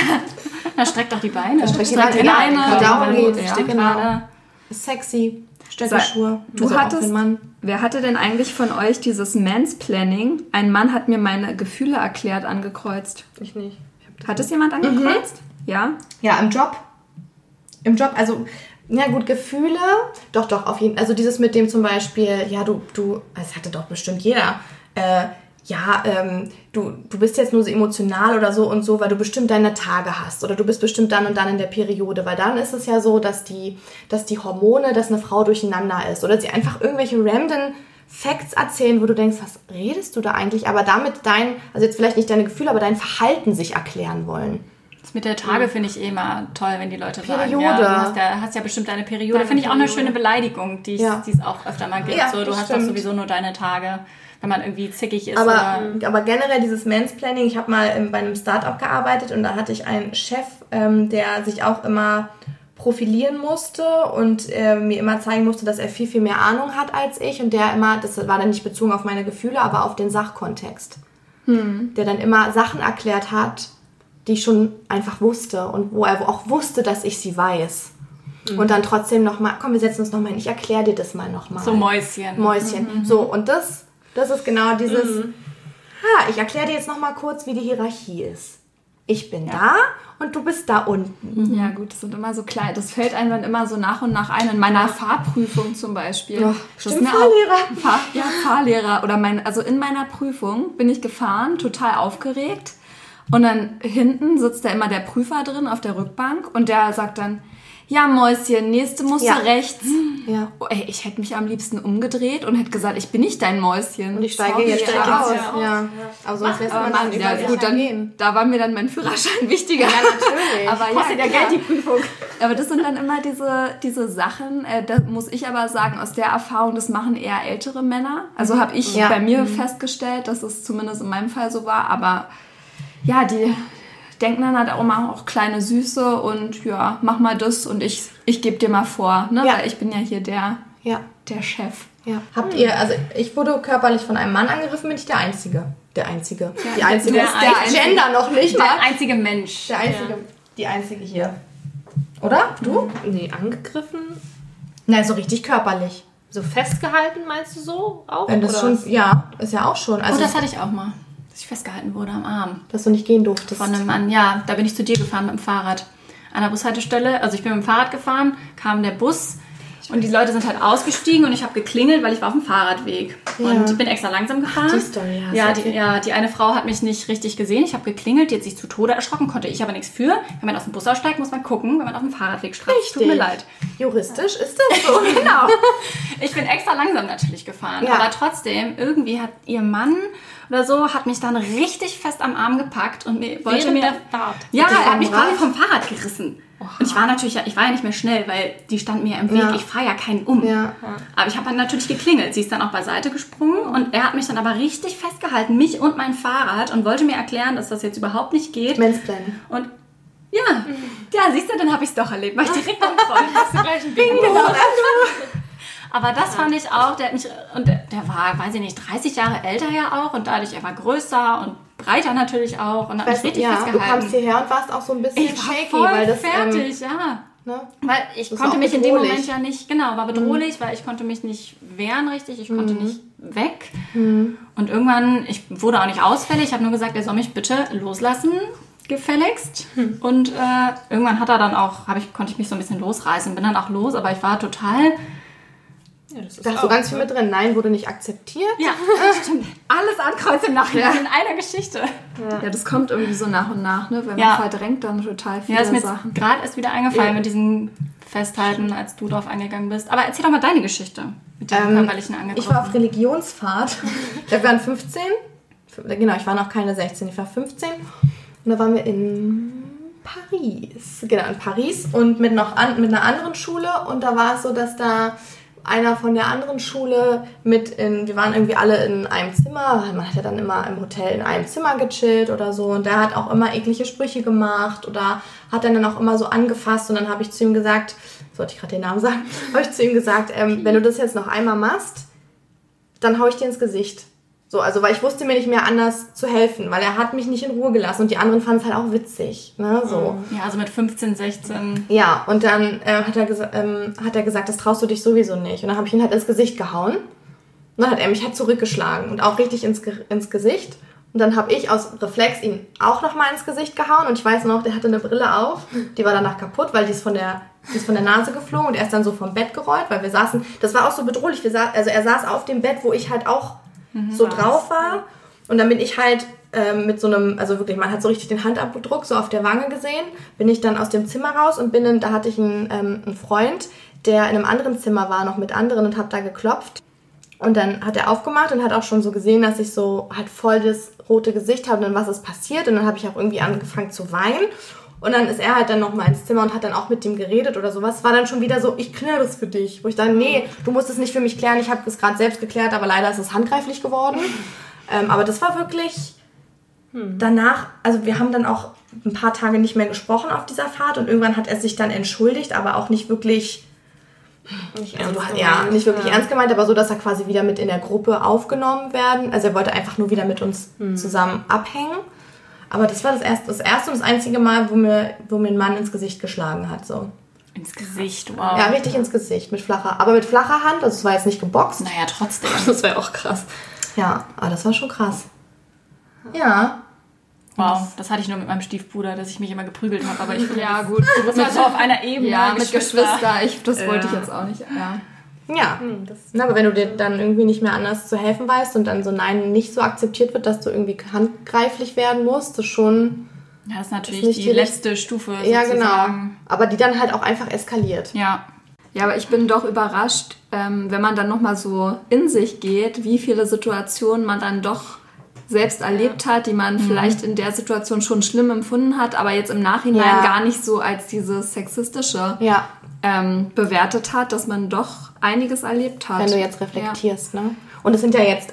Speaker 4: Na, streckt doch die Beine.
Speaker 1: Streckt die
Speaker 4: Streckt
Speaker 1: Beine,
Speaker 4: die
Speaker 1: ja,
Speaker 4: Beine.
Speaker 1: darum
Speaker 4: Ja,
Speaker 1: geht's,
Speaker 4: steht
Speaker 1: genau.
Speaker 4: gerade.
Speaker 1: Ist sexy.
Speaker 2: Sei-
Speaker 1: Stöckelschuhe.
Speaker 2: Du
Speaker 1: Also auch
Speaker 2: hattest,
Speaker 1: für einen Mann.
Speaker 2: wer hatte denn eigentlich von euch dieses Mansplaining? Ein Mann hat mir meine Gefühle erklärt, angekreuzt.
Speaker 3: Ich nicht.
Speaker 2: Hat es jemand angekreuzt?
Speaker 1: Mhm.
Speaker 2: Ja.
Speaker 1: Ja, im Job. Im Job, also, ja gut, Gefühle, doch, doch, auf jeden Fall. Also dieses mit dem zum Beispiel, ja, du, du, das hatte doch bestimmt jeder, äh, ja, ähm, du, du bist jetzt nur so emotional oder so und so, weil du bestimmt deine Tage hast oder du bist bestimmt dann und dann in der Periode, weil dann ist es ja so, dass die, dass die Hormone, dass eine Frau durcheinander ist oder sie einfach irgendwelche random Facts erzählen, wo du denkst, was redest du da eigentlich, aber damit dein, also jetzt vielleicht nicht deine Gefühle, aber dein Verhalten sich erklären wollen.
Speaker 4: Das mit der Tage finde ich eh immer toll, wenn die Leute sagen,
Speaker 1: Periode.
Speaker 4: ja, du hast ja, hast ja bestimmt deine Periode.
Speaker 1: Deine
Speaker 4: Finde ich auch eine
Speaker 1: Periode.
Speaker 4: schöne Beleidigung, die
Speaker 1: Ja.
Speaker 4: es auch öfter mal gibt.
Speaker 1: Ja,
Speaker 4: so, du
Speaker 1: das
Speaker 4: hast doch
Speaker 1: stimmt.
Speaker 4: sowieso nur deine Tage, wenn man irgendwie zickig ist.
Speaker 1: Aber,
Speaker 4: oder
Speaker 1: aber generell dieses Mansplaining, ich habe mal ähm, bei einem Startup gearbeitet und da hatte ich einen Chef, ähm, der sich auch immer profilieren musste und äh, mir immer zeigen musste, dass er viel, viel mehr Ahnung hat als ich und der immer, das war dann nicht bezogen auf meine Gefühle, aber auf den Sachkontext. Hm. Der dann immer Sachen erklärt hat, die ich schon einfach wusste und wo er auch wusste, dass ich sie weiß. Mhm. Und dann trotzdem nochmal, komm, wir setzen uns nochmal hin, ich erkläre dir das mal nochmal.
Speaker 4: So Mäuschen.
Speaker 1: Mäuschen. Mhm. So, und das, das ist genau dieses,
Speaker 3: Mhm.
Speaker 1: ha, ich erkläre dir jetzt nochmal kurz, wie die Hierarchie ist. Ich bin ja. da und du bist da unten.
Speaker 2: Ja gut, das sind immer so klein. Das fällt einem dann immer so nach und nach ein. In meiner Fahrprüfung zum Beispiel.
Speaker 1: Ja,
Speaker 2: das
Speaker 1: stimmt,
Speaker 2: ist mir
Speaker 1: Fahrlehrer.
Speaker 2: Auch, Fahr, ja, Fahrlehrer. Oder mein, also in meiner Prüfung bin ich gefahren, total aufgeregt. Und dann hinten sitzt da immer der Prüfer drin auf der Rückbank und der sagt dann, ja Mäuschen, nächste musst
Speaker 1: Ja.
Speaker 2: du rechts.
Speaker 1: Ja.
Speaker 2: Oh, ey, ich hätte mich am liebsten umgedreht und hätte gesagt, ich bin nicht dein Mäuschen.
Speaker 1: Und ich steige
Speaker 2: Sorry,
Speaker 1: jetzt direkt
Speaker 2: ja.
Speaker 1: aus.
Speaker 3: ja.
Speaker 1: Ja. Aber sonst lässt
Speaker 2: Aber
Speaker 1: man
Speaker 2: Mann,
Speaker 1: dann
Speaker 2: ja,
Speaker 1: über
Speaker 2: gut, dann,
Speaker 1: gehen.
Speaker 2: da war mir dann mein Führerschein wichtiger.
Speaker 1: Ja, natürlich.
Speaker 2: Aber
Speaker 4: Kostet ja
Speaker 2: klar.
Speaker 4: Geld, die Prüfung.
Speaker 2: Aber das sind dann immer diese, diese Sachen, äh, da muss ich aber sagen, aus der Erfahrung, das machen eher ältere Männer. Also habe ich
Speaker 1: Ja.
Speaker 2: bei mir festgestellt, dass es zumindest in meinem Fall so war. Aber ja, die denken dann halt auch immer auch kleine Süße und ja, mach mal das und ich, ich gebe dir mal vor, ne?
Speaker 1: Ja.
Speaker 2: Weil ich bin ja hier der,
Speaker 1: Ja.
Speaker 2: der Chef.
Speaker 1: Ja. Habt ihr, also ich wurde körperlich von einem Mann angegriffen, bin ich der Einzige. Der Einzige. die Einzige.
Speaker 4: der
Speaker 1: ist der
Speaker 4: Einzige.
Speaker 1: Gender noch nicht mal.
Speaker 4: Der einzige Mensch.
Speaker 1: Der Einzige. Die Einzige hier. Oder? Du?
Speaker 3: Nee, angegriffen?
Speaker 1: Nein, so richtig körperlich.
Speaker 3: So festgehalten, meinst du so auch?
Speaker 1: Wenn das
Speaker 3: oder
Speaker 1: schon,
Speaker 3: was?
Speaker 1: ja, ist ja auch schon. Also,
Speaker 4: Oh, das hatte ich auch mal. Dass ich festgehalten wurde am Arm.
Speaker 1: dass du nicht gehen durftest.
Speaker 4: Von einem Mann. Ja, da bin ich zu dir gefahren mit dem Fahrrad. An der Bushaltestelle. Also ich bin mit dem Fahrrad gefahren, kam der Bus und die Leute sind halt ausgestiegen und ich habe geklingelt, weil ich war auf dem Fahrradweg.
Speaker 1: Ja.
Speaker 4: Und bin extra langsam gefahren.
Speaker 1: die Story hast
Speaker 4: Ja
Speaker 1: du.
Speaker 4: die, ja, die eine Frau hat mich nicht richtig gesehen. Ich habe geklingelt, die hat sich zu Tode erschrocken, konnte ich aber nichts für. Wenn man aus dem Bus aussteigt, muss man gucken, wenn man auf dem Fahrradweg streift. Tut mir leid.
Speaker 1: Juristisch ist das so.
Speaker 4: Genau. Ich bin extra langsam natürlich gefahren.
Speaker 1: Ja.
Speaker 4: Aber trotzdem, irgendwie hat ihr Mann oder so, hat mich dann richtig fest am Arm gepackt und mir, wollte
Speaker 3: Während
Speaker 4: mir...
Speaker 3: der Fahrt.
Speaker 4: Ja,
Speaker 1: Hat dich
Speaker 4: er hat mich
Speaker 1: vom Rad?
Speaker 4: quasi vom Fahrrad gerissen. Und ich war natürlich, ja- ich war ja nicht mehr schnell, weil die stand mir im Weg.
Speaker 1: Ja.
Speaker 4: Ich fahre ja keinen um.
Speaker 1: Ja.
Speaker 4: Aber ich habe dann natürlich geklingelt. Sie ist dann auch beiseite gesprungen und er hat mich dann aber richtig festgehalten, mich und mein Fahrrad, und wollte mir erklären, dass das jetzt überhaupt nicht geht.
Speaker 1: Mansplain.
Speaker 4: Und ja, ja, siehst du, dann habe ich es doch erlebt. War ich direkt am Freund. Hast du gleich ein Bingo. Aber das fand ich auch, der hat mich, und der, der war, weiß ich nicht, dreißig Jahre älter ja auch und dadurch, er war größer und breiter natürlich auch und hat mich
Speaker 1: Weißt du,
Speaker 4: richtig
Speaker 1: ja, du
Speaker 4: festgehalten.
Speaker 1: kamst hierher und warst auch so ein bisschen
Speaker 4: Ich war
Speaker 1: shaky,
Speaker 4: voll
Speaker 1: weil das
Speaker 4: fertig,
Speaker 1: Ähm,
Speaker 4: ja.
Speaker 1: ne?
Speaker 4: Weil ich
Speaker 1: Das ist
Speaker 4: konnte
Speaker 1: auch
Speaker 4: mich in dem
Speaker 1: bedrohlich.
Speaker 4: Moment ja nicht, genau, war bedrohlich, weil ich konnte mich nicht wehren richtig, ich konnte
Speaker 1: Mhm.
Speaker 4: nicht weg. Und irgendwann, ich wurde auch nicht ausfällig, ich habe nur gesagt, er soll mich bitte loslassen, gefälligst. Und äh, irgendwann hat er dann auch, hab ich, konnte ich mich so ein bisschen losreißen, bin dann auch los, aber ich war total...
Speaker 3: Ja, das ist
Speaker 1: Da hast du
Speaker 3: auch
Speaker 1: ganz
Speaker 3: so.
Speaker 1: viel mit drin. Nein, wurde nicht akzeptiert.
Speaker 4: Ja, stimmt. Alles ankreuzen im Nachhinein in einer Geschichte.
Speaker 2: Ja, das kommt irgendwie so nach und nach, ne? Wenn
Speaker 4: Ja.
Speaker 2: man verdrängt dann total viele
Speaker 4: Ja, ist mir
Speaker 2: Sachen.
Speaker 4: gerade erst wieder eingefallen
Speaker 1: Ja.
Speaker 4: mit diesem Festhalten, als du drauf eingegangen bist. Aber erzähl doch mal deine Geschichte mit dem
Speaker 1: Ähm,
Speaker 4: körperlichen Angriff.
Speaker 1: Ich war auf Religionsfahrt. Wir waren fünfzehn. Genau, ich war noch keine sechzehn, ich war fünfzehn. Und da waren wir in Paris. Genau, in Paris und mit, noch an, mit einer anderen Schule. Und da war es so, dass da einer von der anderen Schule mit in, wir waren irgendwie alle in einem Zimmer, man hat ja dann immer im Hotel in einem Zimmer gechillt oder so, und der hat auch immer eklige Sprüche gemacht oder hat dann auch immer so angefasst, und dann habe ich zu ihm gesagt, sollte ich gerade den Namen sagen, habe ich zu ihm gesagt, ähm, wenn du das jetzt noch einmal machst, dann hau ich dir ins Gesicht. So, also, weil ich wusste mir nicht mehr anders zu helfen, weil er hat mich nicht in Ruhe gelassen und die anderen fanden es halt auch witzig, ne, so.
Speaker 4: Ja, also mit fünfzehn, sechzehn.
Speaker 1: Ja, und dann ähm, hat, er gesa- ähm, hat er gesagt, das traust du dich sowieso nicht. Und dann habe ich ihn halt ins Gesicht gehauen. Und dann hat er mich halt zurückgeschlagen und auch richtig ins, Ge- ins Gesicht. Und dann habe ich aus Reflex ihn auch nochmal ins Gesicht gehauen. Und ich weiß noch, der hatte eine Brille auf. Die war danach kaputt, weil die ist von der, die ist von der Nase geflogen. Und er ist dann so vom Bett gerollt, weil wir saßen, das war auch so bedrohlich. Wir sa- also er saß auf dem Bett, wo ich halt auch so drauf war. Und dann bin ich halt ähm, mit so einem, also wirklich, man hat so richtig den Handabdruck so auf der Wange gesehen, bin ich dann aus dem Zimmer raus und bin in, da hatte ich einen, ähm, einen Freund, der in einem anderen Zimmer war, noch mit anderen, und habe da geklopft. Und dann hat er aufgemacht und hat auch schon so gesehen, dass ich so halt voll das rote Gesicht habe, und dann was ist passiert, und dann habe ich auch irgendwie angefangen zu weinen. Und dann ist er halt dann nochmal ins Zimmer und hat dann auch mit dem geredet oder sowas. War dann schon wieder so, ich kläre das für dich. Wo ich dann, nee, du musst es nicht für mich klären, ich habe es gerade selbst geklärt, aber leider ist es handgreiflich geworden. Ähm, aber das war wirklich, hm. danach, also wir haben dann auch ein paar Tage nicht mehr gesprochen auf dieser Fahrt und irgendwann hat er sich dann entschuldigt, aber auch nicht wirklich,
Speaker 3: Nicht
Speaker 1: also
Speaker 3: ernst
Speaker 1: hat,
Speaker 3: gemeint,
Speaker 1: ja, nicht wirklich
Speaker 3: ja.
Speaker 1: ernst gemeint, aber so, dass er quasi wieder mit in der Gruppe aufgenommen werden. Also er wollte einfach nur wieder mit uns hm. zusammen abhängen. Aber das war das erste, das erste und das einzige Mal, wo mir, wo mir ein Mann ins Gesicht geschlagen hat. So.
Speaker 4: Ins Gesicht, wow.
Speaker 1: Ja, richtig ins Gesicht, mit flacher, aber mit flacher Hand, also es war jetzt nicht geboxt.
Speaker 4: Naja, trotzdem.
Speaker 3: Das wäre auch krass.
Speaker 1: Ja, aber das war schon krass. Ja.
Speaker 4: Wow, das hatte ich nur mit meinem Stiefbruder, dass ich mich immer geprügelt habe, aber ich finde,
Speaker 2: Ja, gut.
Speaker 4: das war so auf einer Ebene.
Speaker 2: Ja, mit
Speaker 4: Geschwister.
Speaker 2: Geschwister. Ich, das wollte ich
Speaker 4: Ja.
Speaker 2: jetzt auch nicht. Ja.
Speaker 1: Ja, Na, aber wenn du dir dann irgendwie nicht mehr anders zu helfen weißt und dann so Nein nicht so akzeptiert wird, dass du irgendwie handgreiflich werden musst, das ist schon...
Speaker 4: Ja, das ist natürlich
Speaker 1: ist nicht
Speaker 4: die,
Speaker 1: die
Speaker 4: letzte Stufe
Speaker 1: Ja,
Speaker 4: sozusagen.
Speaker 1: genau. Aber die dann halt auch einfach eskaliert.
Speaker 4: Ja.
Speaker 2: Ja, aber ich bin doch überrascht, ähm, wenn man dann nochmal so in sich geht, wie viele Situationen man dann doch selbst erlebt hat, die man mhm. vielleicht in der Situation schon schlimm empfunden hat, aber jetzt im Nachhinein
Speaker 1: Ja.
Speaker 2: gar nicht so als dieses Sexistische
Speaker 1: Ja,
Speaker 2: ähm, bewertet hat, dass man doch einiges erlebt hat.
Speaker 1: wenn du jetzt reflektierst, ne? Und es sind ja jetzt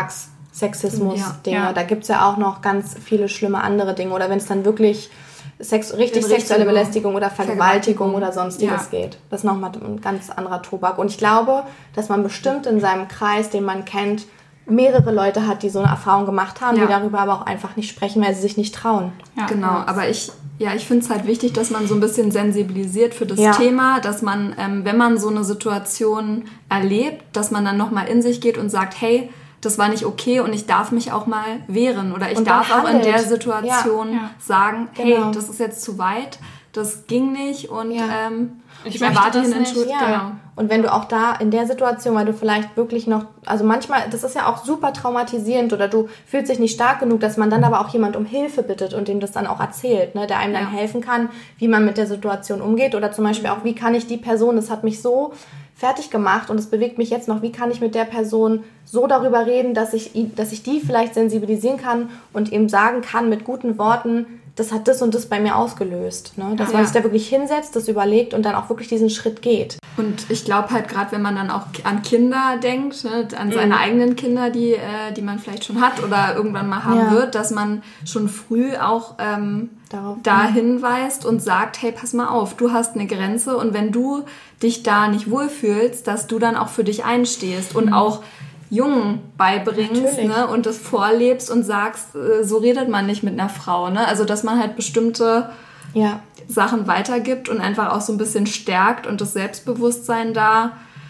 Speaker 1: Alltagssexismus-Dinge.
Speaker 4: Ja.
Speaker 1: Da gibt es ja auch noch ganz viele schlimme andere Dinge. Oder wenn es dann wirklich Sex, richtig
Speaker 2: In
Speaker 1: sexuelle
Speaker 2: Richtung
Speaker 1: Belästigung oder Vergewaltigung
Speaker 2: Vergewaltigung.
Speaker 1: oder sonstiges
Speaker 2: Ja.
Speaker 1: geht. Das ist nochmal ein ganz anderer Tobak. Und ich glaube, dass man bestimmt in seinem Kreis, den man kennt, mehrere Leute hat, die so eine Erfahrung gemacht haben,
Speaker 2: Ja.
Speaker 1: die darüber aber auch einfach nicht sprechen, weil sie sich nicht trauen.
Speaker 4: Ja.
Speaker 2: Genau, aber ich, ja, ich finde es halt wichtig, dass man so ein bisschen sensibilisiert für das
Speaker 1: Ja.
Speaker 2: Thema, dass man, ähm, wenn man so eine Situation erlebt, dass man dann nochmal in sich geht und sagt, hey, das war nicht okay und ich darf mich auch mal wehren oder ich
Speaker 1: Und dann
Speaker 2: darf auch in
Speaker 1: handelt.
Speaker 2: der Situation
Speaker 4: Ja. Ja.
Speaker 2: sagen, hey,
Speaker 1: Genau.
Speaker 2: das ist jetzt zu weit, das ging nicht und
Speaker 1: Ja.
Speaker 2: ähm, ich,
Speaker 3: Ich möchte
Speaker 2: erwarte
Speaker 3: das
Speaker 2: eine
Speaker 3: nicht.
Speaker 2: Entschuldigung.
Speaker 1: Ja.
Speaker 2: Genau.
Speaker 1: Und wenn du auch da in der Situation, weil du vielleicht wirklich noch, also manchmal, das ist ja auch super traumatisierend oder du fühlst dich nicht stark genug, dass man dann aber auch jemand um Hilfe bittet und dem das dann auch erzählt, ne, der einem dann
Speaker 2: Ja.
Speaker 1: helfen kann, wie man mit der Situation umgeht oder zum Beispiel auch, wie kann ich die Person, das hat mich so fertig gemacht und es bewegt mich jetzt noch, wie kann ich mit der Person so darüber reden, dass ich, ihn- dass ich die vielleicht sensibilisieren kann und ihm sagen kann mit guten Worten, das hat das und das bei mir ausgelöst. Ne? Dass
Speaker 2: Ja.
Speaker 1: man sich da wirklich hinsetzt, das überlegt und dann auch wirklich diesen Schritt geht.
Speaker 2: Und ich glaube halt gerade, wenn man dann auch an Kinder denkt, ne, an seine eigenen Kinder, die, äh, die man vielleicht schon hat oder irgendwann mal haben
Speaker 1: Ja.
Speaker 2: wird, dass man schon früh auch ähm,
Speaker 1: Darauf,
Speaker 2: da hinweist und sagt, hey, pass mal auf, du hast eine Grenze und wenn du dich da nicht wohlfühlst, dass du dann auch für dich einstehst und auch Jungen beibringst,
Speaker 1: Natürlich.
Speaker 2: ne, und das vorlebst und sagst, äh, so redet man nicht mit einer Frau. Ne? Also dass man halt bestimmte
Speaker 1: Ja.
Speaker 2: Sachen weitergibt und einfach auch so ein bisschen stärkt und das Selbstbewusstsein da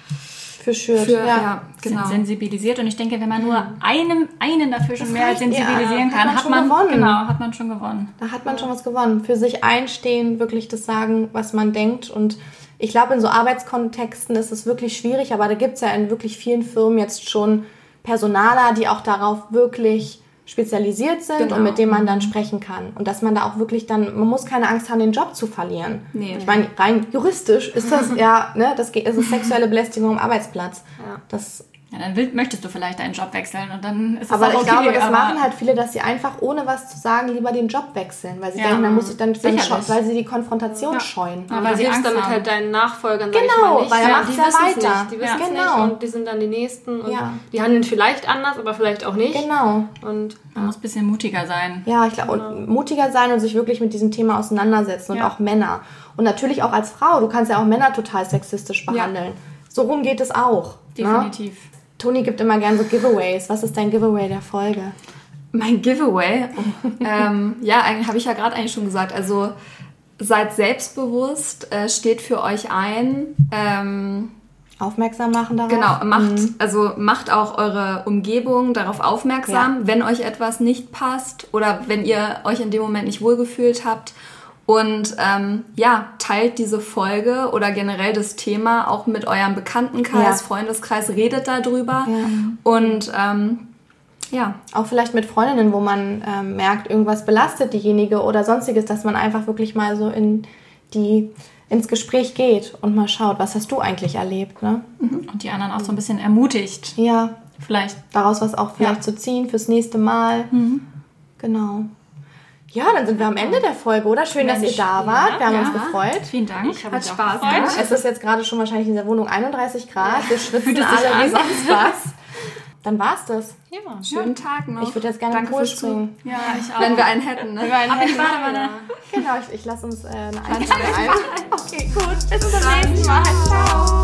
Speaker 1: Für schürt,
Speaker 2: für,
Speaker 1: ja.
Speaker 2: ja,
Speaker 4: Genau.
Speaker 2: genau.
Speaker 4: sensibilisiert und ich denke, wenn man nur einem, einen dafür schon
Speaker 1: Das
Speaker 4: mehr als
Speaker 1: reicht,
Speaker 4: sensibilisieren
Speaker 1: ja.
Speaker 4: kann,
Speaker 1: Hat man
Speaker 4: hat
Speaker 1: schon
Speaker 4: man,
Speaker 1: gewonnen.
Speaker 4: genau, hat man schon gewonnen.
Speaker 1: Da hat man schon was gewonnen. Für sich einstehen, wirklich das sagen, was man denkt. Und ich glaube, in so Arbeitskontexten ist es wirklich schwierig, aber da gibt es ja in wirklich vielen Firmen jetzt schon Personaler, die auch darauf wirklich spezialisiert sind
Speaker 2: Genau.
Speaker 1: und mit denen man dann sprechen kann. Und dass man da auch wirklich dann, man muss keine Angst haben, den Job zu verlieren.
Speaker 2: Nee.
Speaker 1: Ich meine, rein juristisch ist das ja, ne, das geht, es ist sexuelle Belästigung am Arbeitsplatz.
Speaker 3: Ja.
Speaker 1: Das
Speaker 4: Ja, dann will, möchtest du vielleicht deinen Job wechseln und dann ist es
Speaker 1: Aber
Speaker 4: auch
Speaker 1: ich
Speaker 4: okay.
Speaker 1: glaube, das
Speaker 4: aber
Speaker 1: machen halt viele, dass sie einfach ohne was zu sagen lieber den Job wechseln, weil sie
Speaker 4: Ja,
Speaker 1: denken, dann muss ich dann, dann
Speaker 4: sicherlich.
Speaker 1: scho- weil sie die Konfrontation
Speaker 4: Ja.
Speaker 1: scheuen.
Speaker 4: Ja,
Speaker 3: Aber
Speaker 4: weil
Speaker 3: du
Speaker 4: sie
Speaker 3: hilfst
Speaker 4: Angst
Speaker 3: damit
Speaker 4: haben.
Speaker 3: halt deinen Nachfolgern, sag
Speaker 1: Genau,
Speaker 3: ich mal nicht.
Speaker 1: weil er
Speaker 3: ja,
Speaker 1: macht's
Speaker 3: die
Speaker 1: ja
Speaker 3: wissen's
Speaker 1: weiter.
Speaker 3: nicht, die wissen es
Speaker 1: Ja, genau.
Speaker 3: nicht und die sind dann die Nächsten und
Speaker 1: Ja.
Speaker 3: die handeln vielleicht anders, aber vielleicht auch nicht.
Speaker 1: Genau.
Speaker 3: Und
Speaker 4: man muss ein bisschen mutiger sein.
Speaker 1: Ja, ich glaube, und mutiger sein und sich wirklich mit diesem Thema auseinandersetzen und
Speaker 4: Ja.
Speaker 1: auch Männer. Und natürlich auch als Frau, du kannst ja auch Männer total sexistisch behandeln. So rum geht es auch. Ne?
Speaker 4: Definitiv.
Speaker 1: Toni gibt immer gern so Giveaways. Was ist dein Giveaway der Folge?
Speaker 2: Mein Giveaway, ähm, ja, eigentlich habe ich ja gerade eigentlich schon gesagt, also seid selbstbewusst, äh, steht für euch ein, ähm,
Speaker 1: Aufmerksam machen darauf?
Speaker 2: genau, macht, also macht auch eure Umgebung darauf aufmerksam,
Speaker 1: Ja.
Speaker 2: wenn euch etwas nicht passt oder wenn ihr euch in dem Moment nicht wohlgefühlt habt. Und ähm, ja, teilt diese Folge oder generell das Thema auch mit eurem Bekanntenkreis,
Speaker 1: Ja.
Speaker 2: Freundeskreis, redet darüber.
Speaker 1: Ja.
Speaker 2: Und ähm, ja,
Speaker 1: Auch vielleicht mit Freundinnen, wo man ähm, merkt, irgendwas belastet diejenige oder sonstiges, dass man einfach wirklich mal so in die, ins Gespräch geht und mal schaut, was hast du eigentlich erlebt, ne?
Speaker 4: Und die anderen auch so ein bisschen ermutigt.
Speaker 1: Ja,
Speaker 4: Vielleicht.
Speaker 1: daraus was auch vielleicht
Speaker 4: Ja.
Speaker 1: zu ziehen fürs nächste Mal. Genau. Ja, dann sind wir am Ende der Folge, oder? Schön, dass ihr da wart. Wir haben
Speaker 4: Ja.
Speaker 1: uns gefreut.
Speaker 4: Vielen Dank.
Speaker 3: ich habe
Speaker 2: Hat
Speaker 3: mich auch
Speaker 2: Spaß
Speaker 3: gefreut.
Speaker 2: gemacht.
Speaker 1: Es ist jetzt gerade schon wahrscheinlich in der Wohnung einunddreißig Grad. Wir schwitzen
Speaker 4: Fühlt es sich
Speaker 1: alle wie
Speaker 4: an?
Speaker 1: sonst was. dann war's das.
Speaker 3: Ja,
Speaker 2: Schönen Tag noch.
Speaker 1: Ich würde jetzt gerne
Speaker 2: Danke
Speaker 1: einen Pool
Speaker 2: fürs
Speaker 1: springen.
Speaker 4: Ja, ich auch.
Speaker 2: Wenn wir einen hätten, ne?
Speaker 3: Wenn wir einen
Speaker 4: Ab in die
Speaker 3: hätten,
Speaker 4: Badewanne.
Speaker 3: ja.
Speaker 1: Genau, ich, ich lasse uns äh, eine Einladung ein. Okay, gut. Bis zum nächsten Mal. Ciao.